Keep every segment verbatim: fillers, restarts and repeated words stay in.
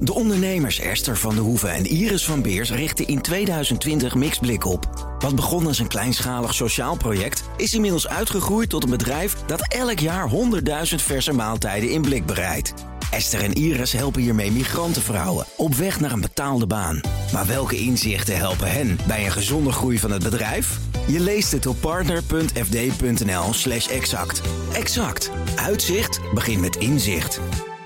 De ondernemers Esther van de Hoeven en Iris van Beers richten in tweeduizend twintig Mixblik op. Wat begon als een kleinschalig sociaal project is inmiddels uitgegroeid tot een bedrijf dat elk jaar honderdduizend verse maaltijden in blik bereidt. Esther en Iris helpen hiermee migrantenvrouwen op weg naar een betaalde baan. Maar welke inzichten helpen hen bij een gezonde groei van het bedrijf? Je leest het op partner.fd.nl slash exact. Exact. Uitzicht begint met inzicht.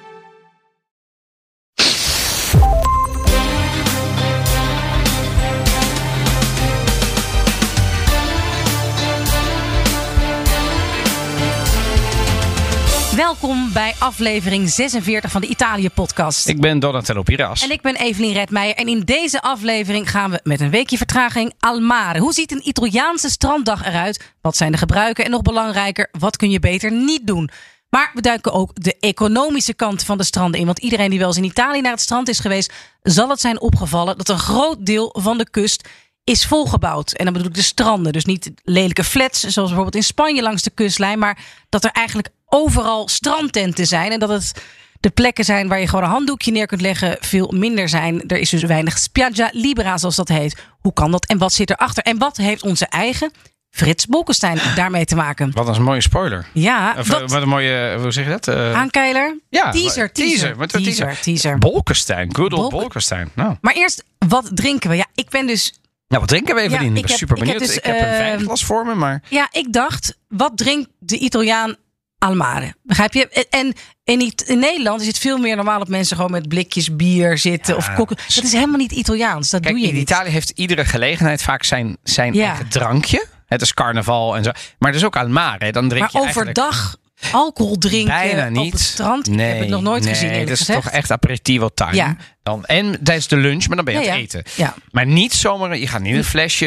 Welkom bij aflevering zesenveertig van de Italië-podcast. Ik ben Donatello Piras. En ik ben Evelien Redmeijer. En in deze aflevering gaan we met een weekje vertraging al mare. Hoe ziet een Italiaanse stranddag eruit? Wat zijn de gebruiken? En nog belangrijker, wat kun je beter niet doen? Maar we duiken ook de economische kant van de stranden in. Want iedereen die wel eens in Italië naar het strand is geweest, zal het zijn opgevallen dat een groot deel van de kust is volgebouwd. En dan bedoel ik de stranden. Dus niet lelijke flats, zoals bijvoorbeeld in Spanje langs de kustlijn. Maar dat er eigenlijk overal strandtenten zijn. En dat het de plekken zijn waar je gewoon een handdoekje neer kunt leggen veel minder zijn. Er is dus weinig spiaggia libera, zoals dat heet. Hoe kan dat en wat zit erachter? En wat heeft onze eigen Frits Bolkestein daarmee te maken? Wat een mooie spoiler. Ja. Of, Wat, wat een mooie, hoe zeg je dat? Uh, aankeiler? Ja. Teaser, teaser. Teaser. Wat, wat teaser, teaser. teaser. Bolkestein. Good old Bolk- Bolkestein. Nou. Maar eerst, wat drinken we? Ja, ik ben dus... Nou, wat drinken we even Ja, in? Ik ik ben heb- super ik heb benieuwd. Ik dus, heb, een uh, wijnglas voor me, maar... Ja, ik dacht, wat drinkt de Italiaan al mare? Begrijp je? En in, It- in Nederland is het veel meer normaal dat mensen gewoon met blikjes bier zitten. Ja, of koken. Dat is helemaal niet Italiaans. Dat Kijk, doe je in niet. Italië heeft iedere gelegenheid vaak zijn, zijn Ja. eigen drankje. Het is carnaval en zo. Maar het is ook al mare. Dan drink Maar je eigenlijk overdag alcohol drinken bijna niet. op het strand. Ik Nee, heb het nog nooit nee, gezien, eerlijk dat is gezegd. toch echt aperitivo time. Ja. Dan, en tijdens de lunch, maar dan ben je Ja, aan ja. het eten. Ja. Maar niet zomaar, je gaat niet een flesje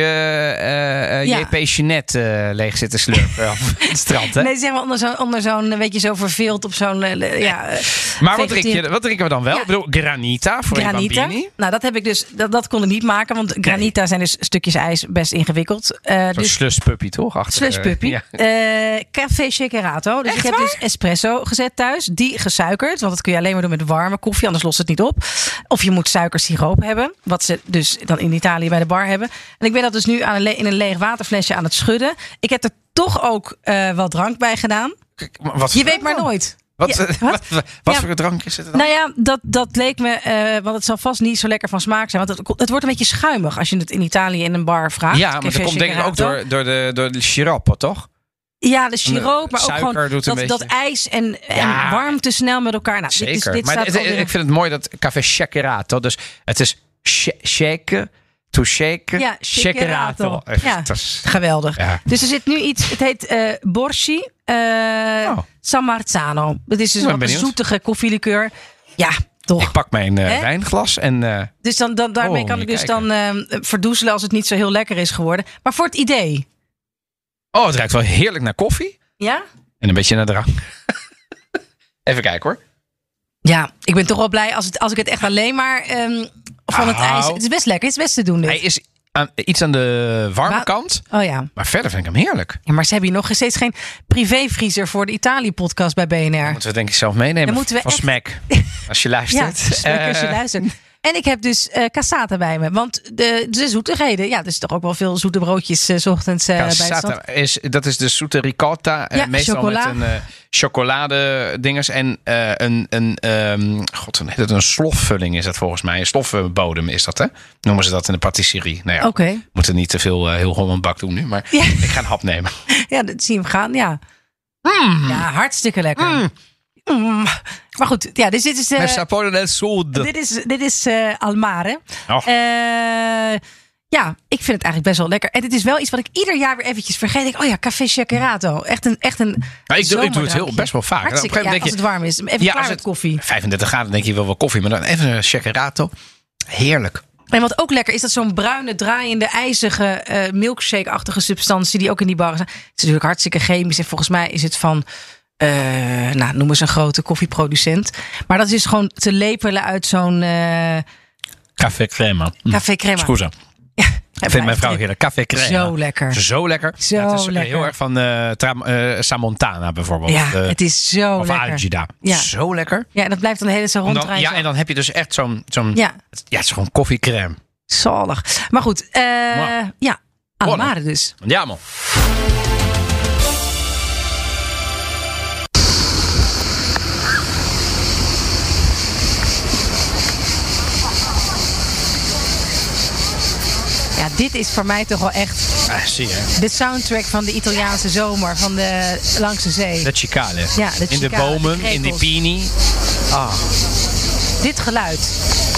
uh, uh, Ja. J P Jeanette uh, leeg zitten slurpen op het strand. Hè? Nee, zeg maar onder zo'n, onder zo'n, weet je, zo verveeld op zo'n... uh, ja, uh, Maar wat, drink vegeteer- je, wat drinken we dan wel? Ja. Ik bedoel, granita voor Granita. je bambini. Nou, dat heb ik dus. Dat, dat kon ik niet maken, want granita zijn dus stukjes ijs best ingewikkeld. Uh, Zo'n dus slushpuppy, toch? Achter, Slushpuppy. ja. Uh, café Shakerato. Dus Echt ik heb waar? dus espresso gezet thuis. Die gesuikerd. Want dat kun je alleen maar doen met warme koffie. Anders lost het niet op. Of je moet suikersiroop hebben. Wat ze dus dan in Italië bij de bar hebben. En ik ben dat dus nu aan een le- in een leeg waterflesje aan het schudden. Ik heb er toch ook uh, wat drank bij gedaan. Kijk, maar wat Je weet maar nooit. Wat, Ja, wat? wat? wat, wat Ja. voor drankje zit er dan? Nou ja, dat, dat leek me, uh, want het zal vast niet zo lekker van smaak zijn. Want het, het wordt een beetje schuimig als je het in Italië in een bar vraagt. ja, maar Café dat komt denk ik ook Shakerato. door, door de, door de siropo, toch? Ja, de siroop, maar ook Suiker gewoon doet een dat, dat beetje- ijs en, en Ja. warmte snel met elkaar. Nou, Zeker. Dit, is, dit maar staat het- alweer- ik vind het mooi dat café Shakerato, dus het is sh- shake, to shake, Ja, Shakerato. Shakerato. Ja. Dat is- geweldig. Ja. Dus er zit nu iets, het heet uh, Borshi uh, Oh. San Marzano. Dat is dus Ik ben wat een benieuwd. zoetige koffielikeur. Ja, toch. Ik pak mijn uh, Hè? wijnglas en... Uh, Dus dan, dan, daarmee Oh, kan moet ik je dus kijken. dan uh, verdoezelen als het niet zo heel lekker is geworden. Maar voor het idee. oh, het ruikt wel heerlijk naar koffie. Ja? En een beetje naar drank. Even kijken hoor. Ja, ik ben toch wel blij als, het, als ik het echt alleen maar um, van het Nou. ijs... Het is best lekker, het is best te doen dit. Hij is aan, iets aan de warme Wa- kant. Oh ja. Maar verder vind ik hem heerlijk. Ja, maar ze hebben hier nog steeds geen privévriezer voor de Italië-podcast bij B N R. Moeten we denk ik zelf meenemen. Dan moeten we van echt- Smack. Als je Ja, luistert. dus lekker als je Eh, luistert. En ik heb dus uh, cassata bij me. Want de, de zoetigheden, ja, er is toch ook wel veel zoete broodjes uh, 's ochtends uh, bij het strand. Cassata is, dat is de zoete ricotta. eh, Ja, meestal chocola. met een uh, chocolade dinges. En uh, een, een, um, god, hoe heet het, een slofvulling is dat volgens mij. Een slofbodem is dat, hè? Noemen ze dat in de patisserie. Nou ja, Oké. we moeten niet te veel uh, heel Holland bak doen nu. Maar Ja. ik ga een hap nemen. Ja, dat zie je hem gaan, ja. Mm. Ja, hartstikke lekker. Mm. Mm. Maar goed, ja, dus dit is... Uh, Met sapone del sud. dit is, dit is uh, Almare. Oh. Uh, ja, ik vind het eigenlijk best wel lekker. En het is wel iets wat ik ieder jaar weer eventjes vergeet. Ik, oh ja, café Shakerato. Echt een, echt een Nou, ik, doe, ik doe het heel, zomerdrankje. best wel vaak. Hartstikke, En op ja, een als gegeven het moment warm is. Even Ja, klaar als met het- koffie. vijfendertig graden denk je wel wel koffie. Maar dan even een Shakerato. Heerlijk. En wat ook lekker is, dat zo'n bruine, draaiende, ijzige, uh, milkshake-achtige substantie die ook in die barren zijn. Het is natuurlijk hartstikke chemisch. En volgens mij is het van, uh, nou, noem eens een grote koffieproducent. Maar dat is gewoon te lepelen uit zo'n uh, Café crema. café crema. Scusa. Ja, Ik vind mijn vrouw heerlijk. Café crema. Zo lekker. Zo lekker. Zo ja, het is lekker. heel erg van uh, Tra- uh, Samontana bijvoorbeeld. Ja, uh, het is zo of lekker. Of Algida. Ja. Zo lekker. Ja, en dat blijft dan de hele zo En dan, ronddraaien. ja, en dan heb je dus echt zo'n... zo'n Ja. ja, het is gewoon koffiecrème. Zalig. Maar goed, uh, Wow. ja, Almare dus. Ja, man. Ja, dit is voor mij toch wel echt Ah, zie je. de soundtrack van de Italiaanse zomer van de langs de zee. De cicale. Ja, de in de cicale, bomen, de in die krekels. pini. Ah. Dit geluid.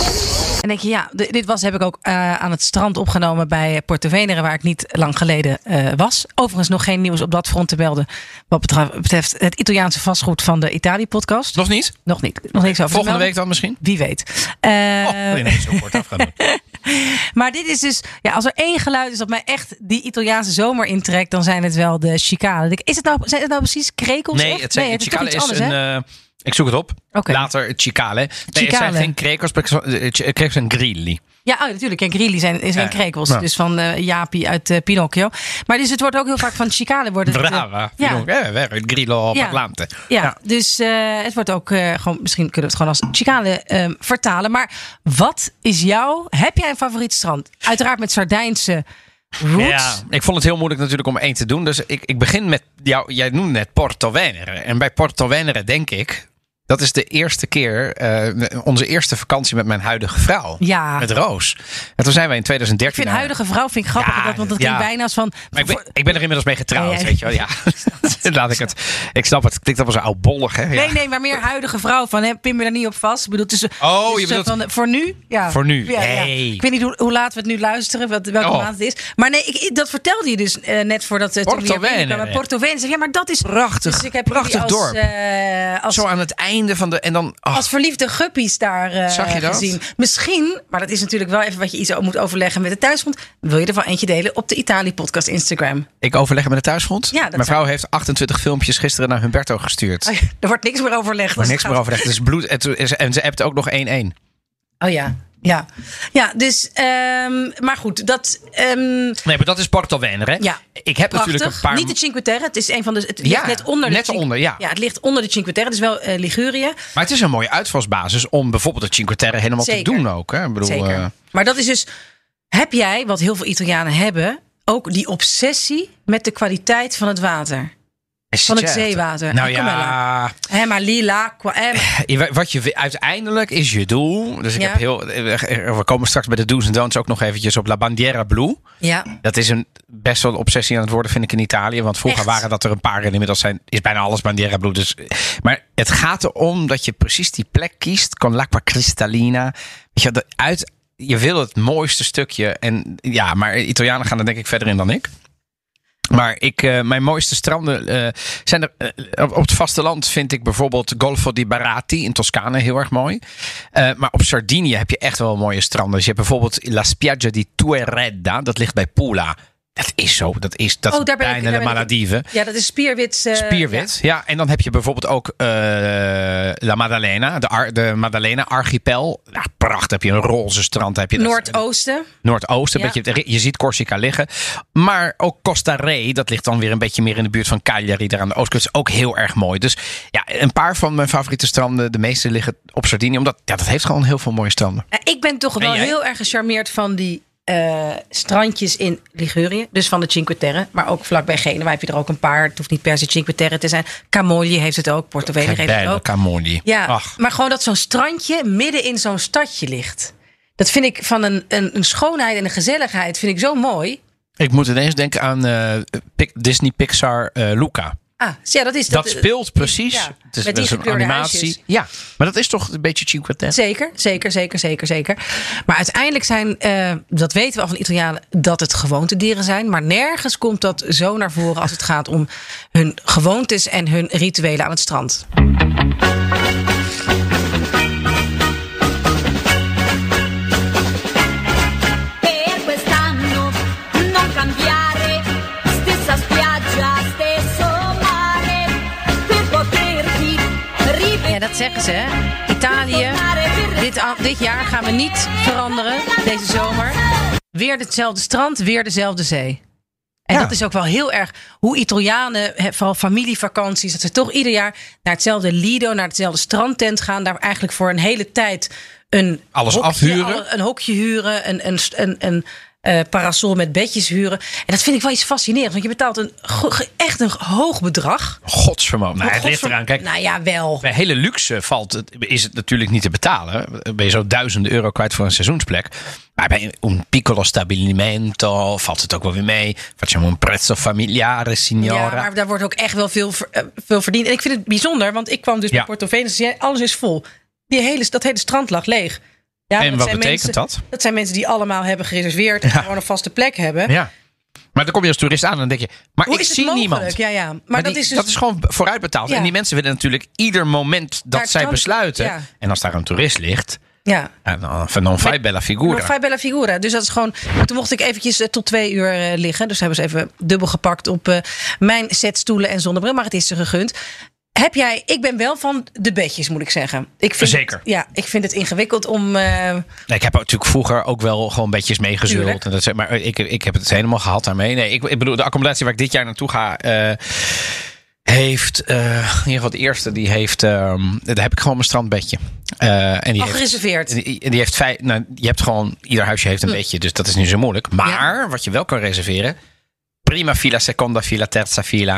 En denk je, ja, d- dit was, heb ik ook uh, aan het strand opgenomen bij Porto Venere, waar ik niet lang geleden uh, was. Overigens nog geen nieuws op dat front te melden wat betreft, betreft het Italiaanse vastgoed van de Italië-podcast. Nog niet? Nog niet. Nog niks over te Volgende melden. week dan misschien? Wie weet. Uh, Oh, ineens zo kort af gaan doen. Maar dit is dus, ja, als er één geluid is dat mij echt die Italiaanse zomer intrekt, dan zijn het wel de cicale. Is het nou, zijn het nou precies krekels? Nee, echt? het, zijn, nee, het het is toch cicale iets is anders, een... hè? Uh, ik zoek het op. Oké. Later het cicale. Nee, het Cicale. zijn geen krekels, krekels zijn grilli. Ja, oh, natuurlijk. En grilli zijn, zijn Ja, krekels. nou. Dus van uh, Jaapie uit uh, Pinocchio. Maar dus het wordt ook heel vaak van cicale worden. het, uh, Brava. ja. Ja, il grillo Ja. parlante. Ja, Ja. dus uh, het wordt ook uh, gewoon, misschien kunnen we het gewoon als chicane um, vertalen. Maar wat is jouw, heb jij een favoriet strand? Uiteraard met Sardijnse roots. Ja, ik vond het heel moeilijk natuurlijk om één te doen. Dus ik, ik begin met jou. Jij noemde net Porto Venere. En bij Porto Venere denk ik, dat is de eerste keer, uh, onze eerste vakantie met mijn huidige vrouw. Ja. Met Roos. En toen zijn wij in twintig dertien. Ik vind naar- huidige vrouw vind ik grappig, Ja, dat, want dat klinkt ja. bijna als van... Maar ik ben, ik ben er inmiddels mee getrouwd, Ja, ja. weet je wel. Ja. Laat ik het. Ik snap het. Het klinkt allemaal zo oudbollig, hè? Ja. Nee, nee, maar meer huidige vrouw van, hè, pin me daar niet op vast. Ik bedoel, tussen, Oh, dus je bedoelt- van, voor nu? Ja. Voor nu. Ja, ja. Hey. Ik weet niet hoe, hoe laat we het nu luisteren, wat, welke Oh. maand het is. Maar nee, ik, dat vertelde je dus uh, net voordat... Uh, toen Porto we hier binnenkwamen. Venere. Porto Venere. Zeg, ja, maar dat is... Prachtig. Dus ik heb Prachtig jullie als, dorp. uh, als, Zo aan het einde van de... En dan... ach, als verliefde guppies daar uh, Zag je dat? gezien. Misschien, maar dat is natuurlijk wel even wat je iets moet overleggen met de thuisgrond. Wil je er wel eentje delen op de Italië-podcast Instagram? ik overleg met de thuisgrond. Ja, dat mijn zou- vrouw heeft achtentwintig filmpjes gisteren naar Humberto gestuurd. Oh ja, er wordt niks meer overlegd. Maar als niks het meer gaat- over. Het is bloed. Het is, en ze appt ook nog één één. Oh ja, ja. Ja, dus, um, maar goed, dat... Um, Nee, maar dat is Porto Venere. Hè? Ja. Ik heb natuurlijk prachtig. een paar... Niet de Cinque Terre, het is een van de... Het ligt Ja, net onder de net Cinque- onder, ja. Ja, het ligt onder de Cinque Terre, dus wel uh, Ligurië. Maar het is een mooie uitvalsbasis om bijvoorbeeld de Cinque Terre helemaal Zeker. te doen ook. Hè? Ik bedoel, Zeker. uh, Maar dat is dus... Heb jij, wat heel veel Italianen hebben, ook die obsessie met de kwaliteit van het water? Van het certo. zeewater. Nou Eh, come ja, Hè, maar lila, qua... eh, maar- wat je uiteindelijk is je doel. Dus ik Ja. heb heel. We komen straks bij de do's en don'ts ook nog eventjes op La Bandiera Blu. Ja, Dat is een best wel een obsessie aan het worden, vind ik, in Italië. Want vroeger Echt? waren dat er een paar en inmiddels zijn, is bijna alles Bandiera Blu. Dus, maar het gaat erom dat je precies die plek kiest. Con l'acqua cristallina. Weet je, de- uit, je wil het mooiste stukje. En ja, maar Italianen gaan er denk ik verder in dan ik. Maar ik, uh, mijn mooiste stranden uh, zijn er. Uh, op het vasteland vind ik bijvoorbeeld Golfo di Barati in Toscane heel erg mooi. Uh, maar op Sardinië heb je echt wel mooie stranden. Dus je hebt bijvoorbeeld La Spiaggia di Tueredda. Dat ligt bij Pula. Dat is zo. Dat is dat Oh, is daar ben ik- bijna daar de ben ik- Malediven. ja, dat is spierwit. uh, Spierwit, ja. En dan heb je bijvoorbeeld ook uh, La Maddalena, de, Ar- de Maddalena-archipel. Nou, prachtig. Heb je een roze strand. Heb je ja. dat- Noordoosten. Noordoosten. Ja. Beetje, je ziet Corsica liggen. Maar ook Costa Re, dat ligt dan weer een beetje meer in de buurt van Cagliari. Daar aan de oostkust. Ook heel erg mooi. Dus ja, een paar van mijn favoriete stranden, de meeste liggen op Sardinië. Omdat ja, dat heeft gewoon heel veel mooie stranden. Uh, ik ben toch En wel jij? heel erg gecharmeerd van die uh, strandjes in Ligurië. Dus van de Cinque Terre. Maar ook vlakbij Genua heb je er ook een paar. Het hoeft niet per se Cinque Terre te zijn. Camogli heeft het ook. Porto Venere heeft het Bella ook. Camogli. Ja, Ach. maar gewoon dat zo'n strandje midden in zo'n stadje ligt. Dat vind ik van een, een, een schoonheid en een gezelligheid vind ik zo mooi. Ik moet ineens denken aan uh, Pic- Disney Pixar uh, Luca. Ah, ja, dat is Dat speelt precies. Ja, Het is, met die dat is een gekleurde animatie. huisjes. Ja, maar dat is toch een beetje Cinque Terre. Zeker, zeker, zeker, zeker, zeker. Maar uiteindelijk zijn, uh, dat weten we al van Italianen, dat het gewoontedieren zijn. Maar nergens komt dat zo naar voren als het gaat om hun gewoontes en hun rituelen aan het strand. Per quest'anno non cambiare, stessa spiaggia, stesso mare, per poterti Ja, dat zeggen ze, hè? Italië, dit, a- dit jaar gaan we niet veranderen, deze zomer. weer hetzelfde strand, weer dezelfde zee. En Ja. dat is ook wel heel erg hoe Italianen, hè, vooral familievakanties, dat ze toch ieder jaar naar hetzelfde Lido, naar hetzelfde strandtent gaan. Daar eigenlijk voor een hele tijd een Alles hokje, afhuren. alle- een hokje huren, een, een, een, een eh, parasol met bedjes huren. En dat vind ik wel iets fascinerends, want je betaalt een, go- echt een hoog bedrag. Godsvermogen. Nou, Maar het ligt godsver- eraan. Kijk, Nou ja, wel. bij hele luxe valt het, is het natuurlijk niet te betalen. Ben je zo duizenden euro kwijt voor een seizoensplek. Maar bij een piccolo stabilimento valt het ook wel weer mee. Facciamo un prezzo familiare, signora. Ja, maar daar wordt ook echt wel veel, ver- eh, veel verdiend. En ik vind het bijzonder, want ik kwam dus Ja. bij Porto Venus en ze zei, alles is vol. Die hele, dat hele strand lag leeg. Ja, En dat wat zijn betekent mensen, dat? Dat zijn mensen die allemaal hebben gereserveerd en gewoon een vaste plek hebben. Ja. Maar dan kom je als toerist aan en dan denk je, maar Hoe ik is het zie mogelijk? niemand. Ja, ja. Maar, Maar dat, die- is dus, dat is gewoon vooruitbetaald. Ja. En die mensen willen natuurlijk ieder moment Naar dat het zij strand- besluiten. ja. En als daar een toerist ligt, ja. ja, dan non fai bella figura. Nog Fai Bella Figura. Dus dat is gewoon. Toen mocht ik eventjes eh, tot twee uur eh, liggen. Dus hebben ze even dubbel gepakt op eh, mijn set stoelen en zonnebril. Maar het is ze gegund. Heb jij, ik ben wel van de bedjes, moet ik zeggen. Ik vind Zeker. Het, ja, ik vind het ingewikkeld om. eh, Nee, ik heb natuurlijk vroeger ook wel gewoon bedjes meegezult. Tuurlijk. En dat, maar ik, ik heb het helemaal gehad daarmee. Nee, ik, ik bedoel, de accommodatie waar ik dit jaar naartoe ga, eh, heeft, eh, in ieder geval de eerste, die heeft, ehm, daar heb ik gewoon mijn strandbedje. Eh, en die al heeft, gereserveerd. en die, en die heeft vijf, nou, je hebt gewoon, ieder huisje heeft een bedje, dus dat is niet zo moeilijk. Maar wat je wel kan reserveren, prima fila, seconda fila, terza fila,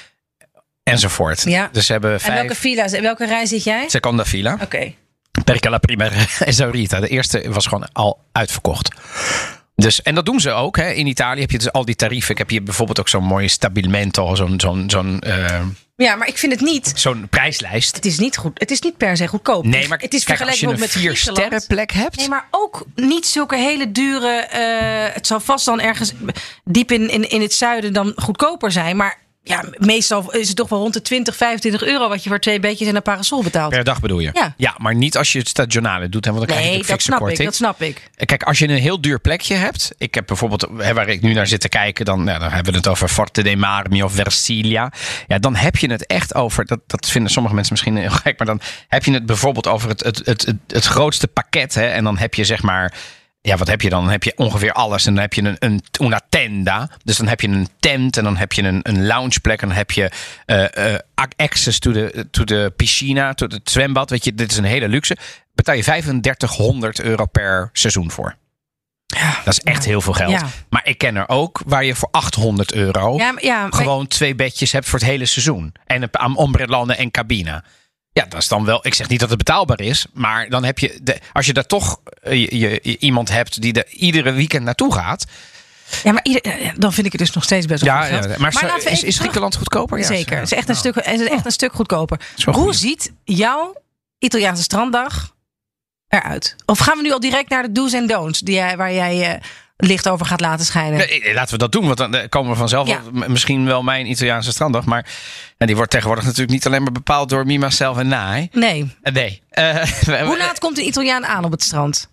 enzovoort. Ja. Dus ze hebben En vijf, welke villa's, en welke rij zit jij? seconda fila. Oké. Perché la prima esaurita. De eerste was gewoon al uitverkocht. Dus, en dat doen ze ook. Hè. In Italië heb je dus al die tarieven. Ik heb hier bijvoorbeeld ook zo'n mooie stabilemento. Zo'n zo'n zo'n eh, Ja, maar ik vind het niet. zo'n prijslijst. Het is niet goed. Het is niet per se goedkoop. Nee, maar het is kijk, als je vergelijkbaar een met vier Griekenland. sterren plek hebt. Nee, maar ook niet zulke hele dure. eh, het zal vast dan ergens diep in, in, in het zuiden dan goedkoper zijn. Maar ja, meestal is het toch wel rond de twintig, vijfentwintig euro wat je voor twee bedjes en een parasol betaalt. Per dag bedoel je? Ja. maar niet als je het stagionale doet. Hè, want dan krijg je Nee, een dat fikse snap ik. korting. Dat snap ik. Kijk, als je een heel duur plekje hebt. Ik heb bijvoorbeeld, hè, waar ik nu naar zit te kijken. Dan, ja, dan hebben we het over Forte dei Marmi of Versilia. Ja, dan heb je het echt over. Dat, dat vinden sommige mensen misschien heel gek. Maar dan heb je het bijvoorbeeld over het, het, het, het, het grootste pakket. Hè, en dan heb je zeg maar. Ja, wat heb je dan? Dan heb je ongeveer alles. En dan heb je een, een una tenda. Dus dan heb je een tent. En dan heb je een, een loungeplek. En dan heb je uh, uh, access to the, to the piscina. To het zwembad. Weet je, dit is een hele luxe. Betaal je vijfendertighonderd euro per seizoen voor. Ja, Dat is echt heel veel geld. Ja. Maar ik ken er ook waar je voor achthonderd euro Ja, maar- ja, maar- gewoon twee bedjes hebt voor het hele seizoen. En een paar ombrellone en cabine. Ja, dat is dan wel. Ik zeg niet dat het betaalbaar is, maar dan heb je, de, als je daar toch uh, je, je, je iemand hebt die er iedere weekend naartoe gaat. Ja, maar ieder, ja, dan vind ik het dus nog steeds best wel Ja, veel geld. ja, maar, zo- laten we is, even is terug- Griekenland goedkoper? Ja, Zeker. ja. Het is echt een, Nou, stuk, het is echt een stuk goedkoper. wel Hoe goed. ziet jouw Italiaanse stranddag eruit? Of gaan we nu al direct naar de do's en don'ts die jij, waar jij uh, licht over gaat laten schijnen? Nee, laten we dat doen, want dan komen we vanzelf Ja. wel- m- misschien wel mijn Italiaanse stranddag. Maar en die wordt tegenwoordig natuurlijk niet alleen maar bepaald door me, myself en I. Nee. Eh, Nee. Eh, Hoe laat komt een Italiaan aan op het strand?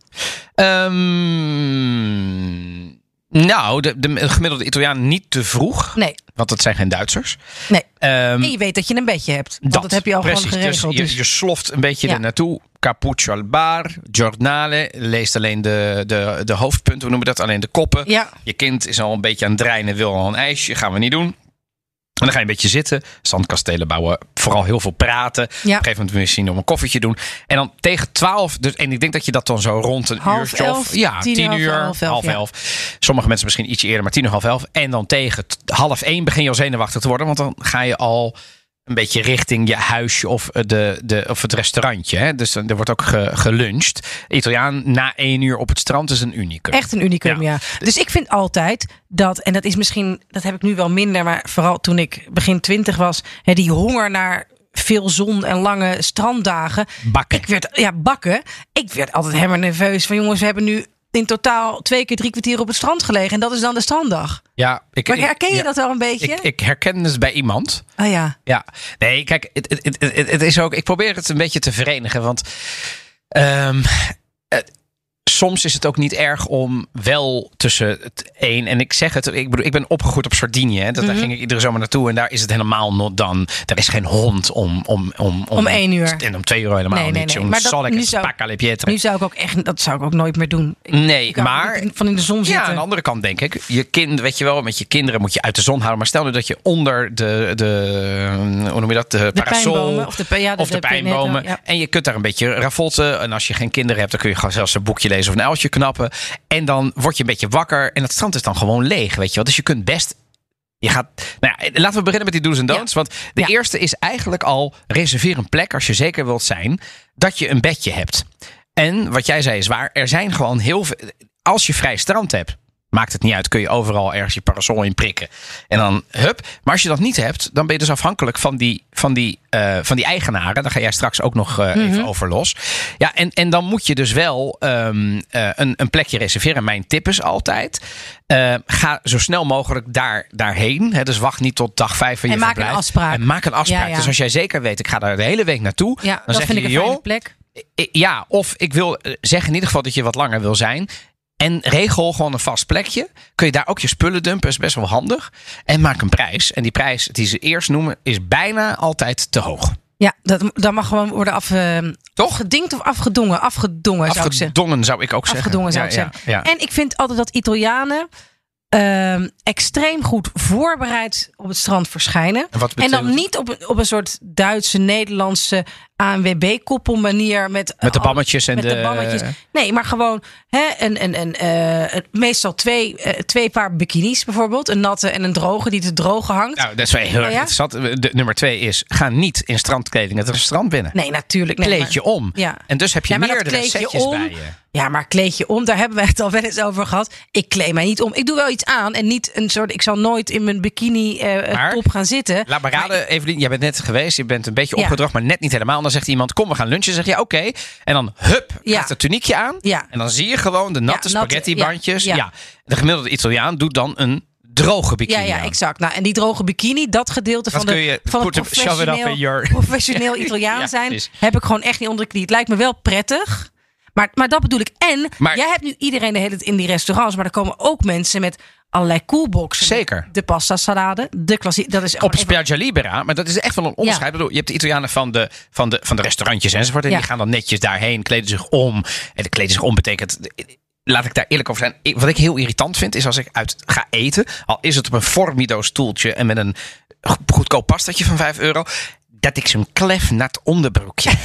Ehm, nou, de, de gemiddelde Italiaan niet te vroeg. Nee. Want dat zijn geen Duitsers. Nee. Ehm, En je weet dat je een bedje hebt. Want dat, heb je al precies. gewoon geregeld. Dus je, Dus je sloft een beetje Ja. er naartoe. Cappuccio al bar, giornale. Leest alleen de, de, de hoofdpunten, hoe noemen we dat? Alleen de koppen. Ja. Je kind is al een beetje aan het dreinen, wil al een ijsje. Gaan we niet doen. En dan ga je een beetje zitten, zandkastelen bouwen, vooral heel veel praten. Op een gegeven moment misschien nog een koffietje doen. En dan tegen twaalf, dus, en ik denk dat je dat dan zo rond een Half uurtje elf, of ja, tien tien uur, uur, half elf, half ja. elf. Sommige mensen misschien ietsje eerder, maar tien uur, half elf. En dan tegen t- half één begin je al zenuwachtig te worden, want dan ga je al een beetje richting je huisje of, de, de, of het restaurantje. Hè? Dus er wordt ook ge, geluncht. Italiaan na één uur op het strand is een unicum. Echt een unicum, ja. Ja. Dus ik vind altijd dat, en dat is misschien, dat heb ik nu wel minder, maar vooral toen ik begin twintig was, hè, die honger naar veel zon en lange stranddagen. Bakken. Ik werd, ja, bakken. Ik werd altijd helemaal nerveus van jongens, we hebben nu in totaal twee keer drie kwartier op het strand gelegen. En dat is dan de stranddag. Ja, ik, Maar herken je ja, dat wel een beetje? Ik, ik herken het bij iemand. Oh ja. Ja, nee, kijk, het, het, het, het- het is ook. Ik probeer het een beetje te verenigen, want. ehm, het- soms is het ook niet erg om wel tussen het één... En ik zeg het, ik bedoel, ik ben opgegroeid op Sardinië. Hè, dat, Mm-hmm. Daar ging ik iedere zomer naartoe. En daar is het helemaal not done. Er is geen hond om... Om, om, Om één uur. En om twee uur helemaal Nee, nee, niet. nee. Zo'n Maar dat- solke nu zou- spacca le pietre. Nu zou ik ook echt, dat zou ik ook nooit meer doen. Ik, Nee, ik hou maar... niet van in de zon zitten. Ja, aan de andere kant denk ik, je kind, weet je wel, met je kinderen moet je uit de zon houden. Maar stel nu dat je onder de, de hoe noem je dat, de, de parasol pijnbomen of de, ja, de, of de, de pijnbomen. ja. En je kunt daar een beetje ravotten. En als je geen kinderen hebt, dan kun je gewoon zelfs een boekje lezen of een uiltje knappen. En dan word je een beetje wakker. En het strand is dan gewoon leeg, weet je wel. Dus je kunt best... Je gaat, nou ja, laten we beginnen met die do's en don'ts. Ja. Want de Ja. eerste is eigenlijk al reserveer een plek als je zeker wilt zijn dat je een bedje hebt. En wat jij zei is waar. Er zijn gewoon heel veel... Als je vrij strand hebt, maakt het niet uit. Kun je overal ergens je parasol in prikken. En dan hup. Maar als je dat niet hebt, dan ben je dus afhankelijk van die, van die, uh, van die eigenaren. Daar ga jij straks ook nog uh, mm-hmm. even over los. Ja, en, en dan moet je dus wel um, uh, een, een plekje reserveren. Mijn tip is altijd... Uh, ga zo snel mogelijk daar, daarheen. Hè, dus wacht niet tot dag vijf van je En maak verblijf. een afspraak. En maak een afspraak. Ja, ja. Dus als jij zeker weet, ik ga daar de hele week naartoe. Ja, dan dat zeg vind je, ik een fijne joh, plek. ja, of ik wil zeggen in ieder geval dat je wat langer wil zijn. En regel gewoon een vast plekje. Kun je daar ook je spullen dumpen. Is best wel handig. En maak een prijs. En die prijs die ze eerst noemen is bijna altijd te hoog. Ja, dat, dat mag gewoon worden af, uh, Toch? afgedinkt of afgedongen. Afgedongen zou ik zeggen. Afgedongen zou ik ook zeggen. Afgedongen zou ja, ik zeggen. Ja, ja. En ik vind altijd dat Italianen uh, extreem goed voorbereid op het strand verschijnen. En, wat en betekent... dan niet op, een- op een soort Duitse, Nederlandse A N W B-koppelmanier. Met, Met de al- bammetjes en met de... de bammetjes. Nee, maar gewoon hè, een, een, een, uh, meestal twee, uh, twee paar bikinis bijvoorbeeld. Een natte en een droge die te drogen hangt. Nou, dat is wel heel erg Oh ja? interessant. De, nummer twee is, ga niet in strandkleding het restaurant binnen. Nee, natuurlijk. Nee, Kleed je om. Ja. En dus heb je Ja, maar dat meerdere kleed je setjes om. bij je. Ja, maar kleed je om, daar hebben we het al wel eens over gehad. Ik kleed mij niet om. Ik doe wel iets aan en niet een soort... Ik zal nooit in mijn bikini uh, Maar- top gaan zitten. Laat me raden, Evelien, jij bent net geweest. Je bent een beetje Ja. opgedroogd, maar net niet helemaal. En dan zegt iemand, kom we gaan lunchen. Dan zeg je, ja, oké. Okay. En dan, hup, Ja. gaat het tuniekje aan. Ja. En dan zie je gewoon de natte Ja, natte- spaghetti-bandjes. ja, Ja, ja. De gemiddelde Italiaan doet dan een droge bikini Ja, ja, aan. exact. Nou, en die droge bikini, dat gedeelte Dat van, kun de, je van het put a- shove it up professioneel, in your- professioneel Italiaan Ja, zijn, precies. heb ik gewoon echt niet onder de knie. Het lijkt me wel prettig. Maar, maar dat bedoel ik. En Maar- jij hebt nu iedereen de hele tijd in die restaurants, maar er komen ook mensen met allerlei coolboxen. Zeker. De pasta salade, de klassie. Dat is Op gewoon even- Spiaggia Libera, maar dat is echt wel een onderscheid. Ik bedoel, je hebt de Italianen van de, van de, van de restaurantjes enzovoort. En Ja. die gaan dan netjes daarheen, kleden zich om. En de kleden zich om betekent... Laat ik daar eerlijk over zijn. Ik- Wat ik heel irritant vind, is als ik uit ga eten. Al is het op een Formido stoeltje en met een goedkoop pastatje van vijf euro. Dat ik zo'n klefnat onderbroekje heb.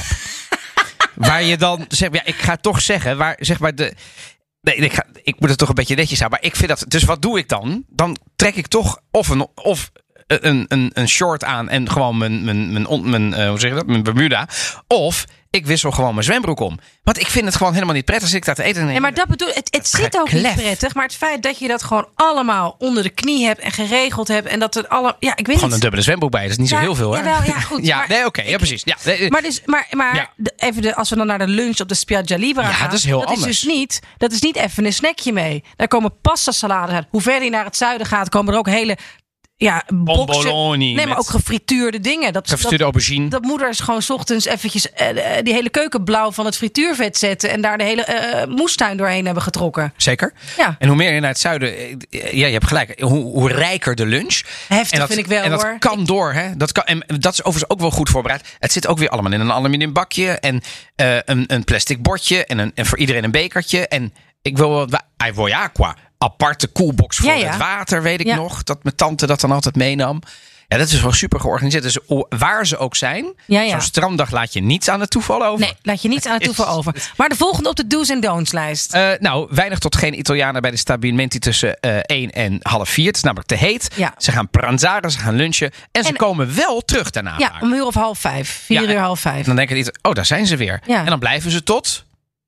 Waar je dan, zeg, ja, ik ga toch zeggen, waar zeg maar de... Nee, ik, ga, ik moet het toch een beetje netjes houden. Maar ik vind dat... Dus wat doe ik dan? Dan trek ik toch of een, of een, een, een short aan en gewoon mijn, mijn, mijn, mijn, mijn uh, hoe zeg je dat? Mijn Bermuda. Of ik wissel gewoon mijn zwembroek om. Want ik vind het gewoon helemaal niet prettig als ik daar te eten. Nee, maar dat bedoel het, het zit ook niet Geklef. prettig. Maar het feit dat je dat gewoon allemaal onder de knie hebt en geregeld hebt. En dat het alle. Ja, ik weet Gewoon niet. een dubbele zwembroek bij. Dat is niet Ja, zo heel veel, hè? jawel, ja, goed, ja, maar- nee, oké. Okay, ja, precies. Ja, nee, Maar, dus, maar, maar Ja. de- even de, als we dan naar de lunch op de Spiaggia Libera Ja, gaan. dat is heel is anders. dus niet, dat is niet even een snackje mee. Daar komen pasta salades uit. Hoe verder je naar het zuiden gaat, komen er ook hele ja, boxen. Bomboloni Nee, maar met- ook gefrituurde dingen. Dat, Gefrituurde dat, aubergine. dat moeders gewoon 's ochtends eventjes eh, die hele keuken blauw van het frituurvet zetten. En daar de hele eh, moestuin doorheen hebben getrokken. Zeker. Ja. En hoe meer je naar het zuiden... eh, Ja, je hebt gelijk. Hoe, hoe rijker de lunch. Heftig en dat, vind ik wel, En dat hoor. kan door. Hè? Dat kan, en dat is overigens ook wel goed voorbereid. Het zit ook weer allemaal in een aluminium bakje. En uh, een, een plastic bordje. En, een, en voor iedereen een bekertje. En ik wil wat... wa- Ai voi acqua. Aparte koelbox voor Ja, ja. het water, weet ik Ja. nog. Dat mijn tante dat dan altijd meenam. Ja, dat is wel super georganiseerd. Dus o- waar ze ook zijn. Ja, ja. Zo'n stranddag laat je niets aan het toeval over. Nee, laat je niets aan het toeval Is- over. Maar de volgende op de do's en don'ts lijst. Uh, nou, weinig tot geen Italianen bij de Stabilimenti tussen uh, één en half vier. Het is namelijk te heet. Ja. Ze gaan pranzaren, ze gaan lunchen. En ze En- komen wel terug daarna. Ja, vaak. om een uur of half vijf. Vier Ja, uur en- half vijf. En dan denken die, oh, daar zijn ze weer. Ja. En dan blijven ze tot...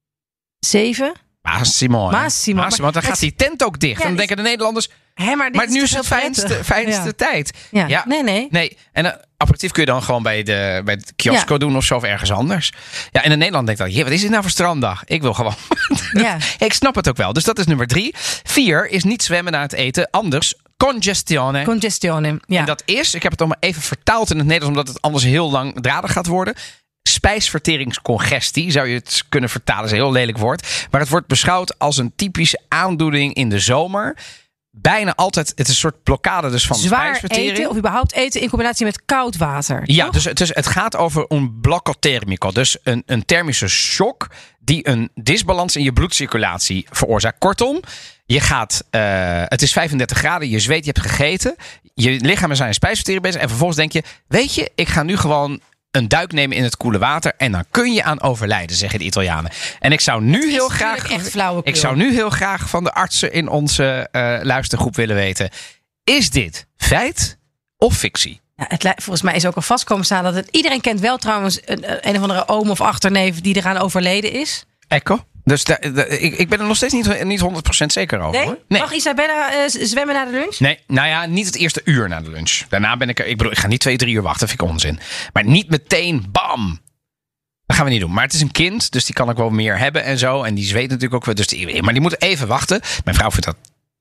Zeven. Massimo. hè. Massimo, Massimo, maar want dan gaat het- die tent ook dicht. Ja, en dan dit- denken de Nederlanders... Hè, maar dit Maar nu is toch het heel fijnste, prettig? fijnste Ja. tijd. Ja. Nee, nee. Nee, en een aperitief kun je dan gewoon bij, de, bij het kiosco Ja. doen of zo of ergens anders. Ja, en in Nederland denkt dan, "Jee, wat is dit nou voor stranddag? Ik wil gewoon... Ja. Ik snap het ook wel. Dus dat is nummer drie. Vier is niet zwemmen na het eten. Anders, congestione. Congestione. Ja. En dat is, ik heb het allemaal even vertaald in het Nederlands, omdat het anders heel langdradig gaat worden. spijsverteringscongestie, zou je het kunnen vertalen. Dat is een heel lelijk woord. Maar het wordt beschouwd als een typische aandoening in de zomer. Bijna altijd, het is een soort blokkade dus van de Zwaar spijsvertering. eten of überhaupt eten in combinatie met koud water. Ja, toch? dus het, is, het gaat over een blocco thermico. Dus een, een thermische shock die een disbalans in je bloedcirculatie veroorzaakt. Kortom, je gaat, uh, het is vijfendertig graden, je zweet, je hebt gegeten. Je lichaam is aan je spijsvertering bezig. En vervolgens denk je, weet je, ik ga nu gewoon een duik nemen in het koele water. En dan kun je aan overlijden, zeggen de Italianen. En ik zou nu heel graag. Echt flauwekul. Ik zou nu heel graag van de artsen in onze uh, luistergroep willen weten. Is dit feit of fictie? Ja, het, li- volgens mij is ook al vast komen staan dat het. Iedereen kent wel trouwens een, een of andere oom of achterneef die eraan overleden is. Ecco. Dus da, da, ik, ik ben er nog steeds niet, niet honderd procent zeker over. Nee? Hoor. Nee. Mag Isabella uh, zwemmen na de lunch? Nee, nou ja, niet het eerste uur na de lunch. Daarna ben ik er. Ik bedoel, ik ga niet twee, drie uur wachten. Dat vind ik onzin. Maar niet meteen, bam. Dat gaan we niet doen. Maar het is een kind, dus die kan ook wel meer hebben en zo. En die zweet natuurlijk ook wel. Dus die, maar die moet even wachten. Mijn vrouw vindt dat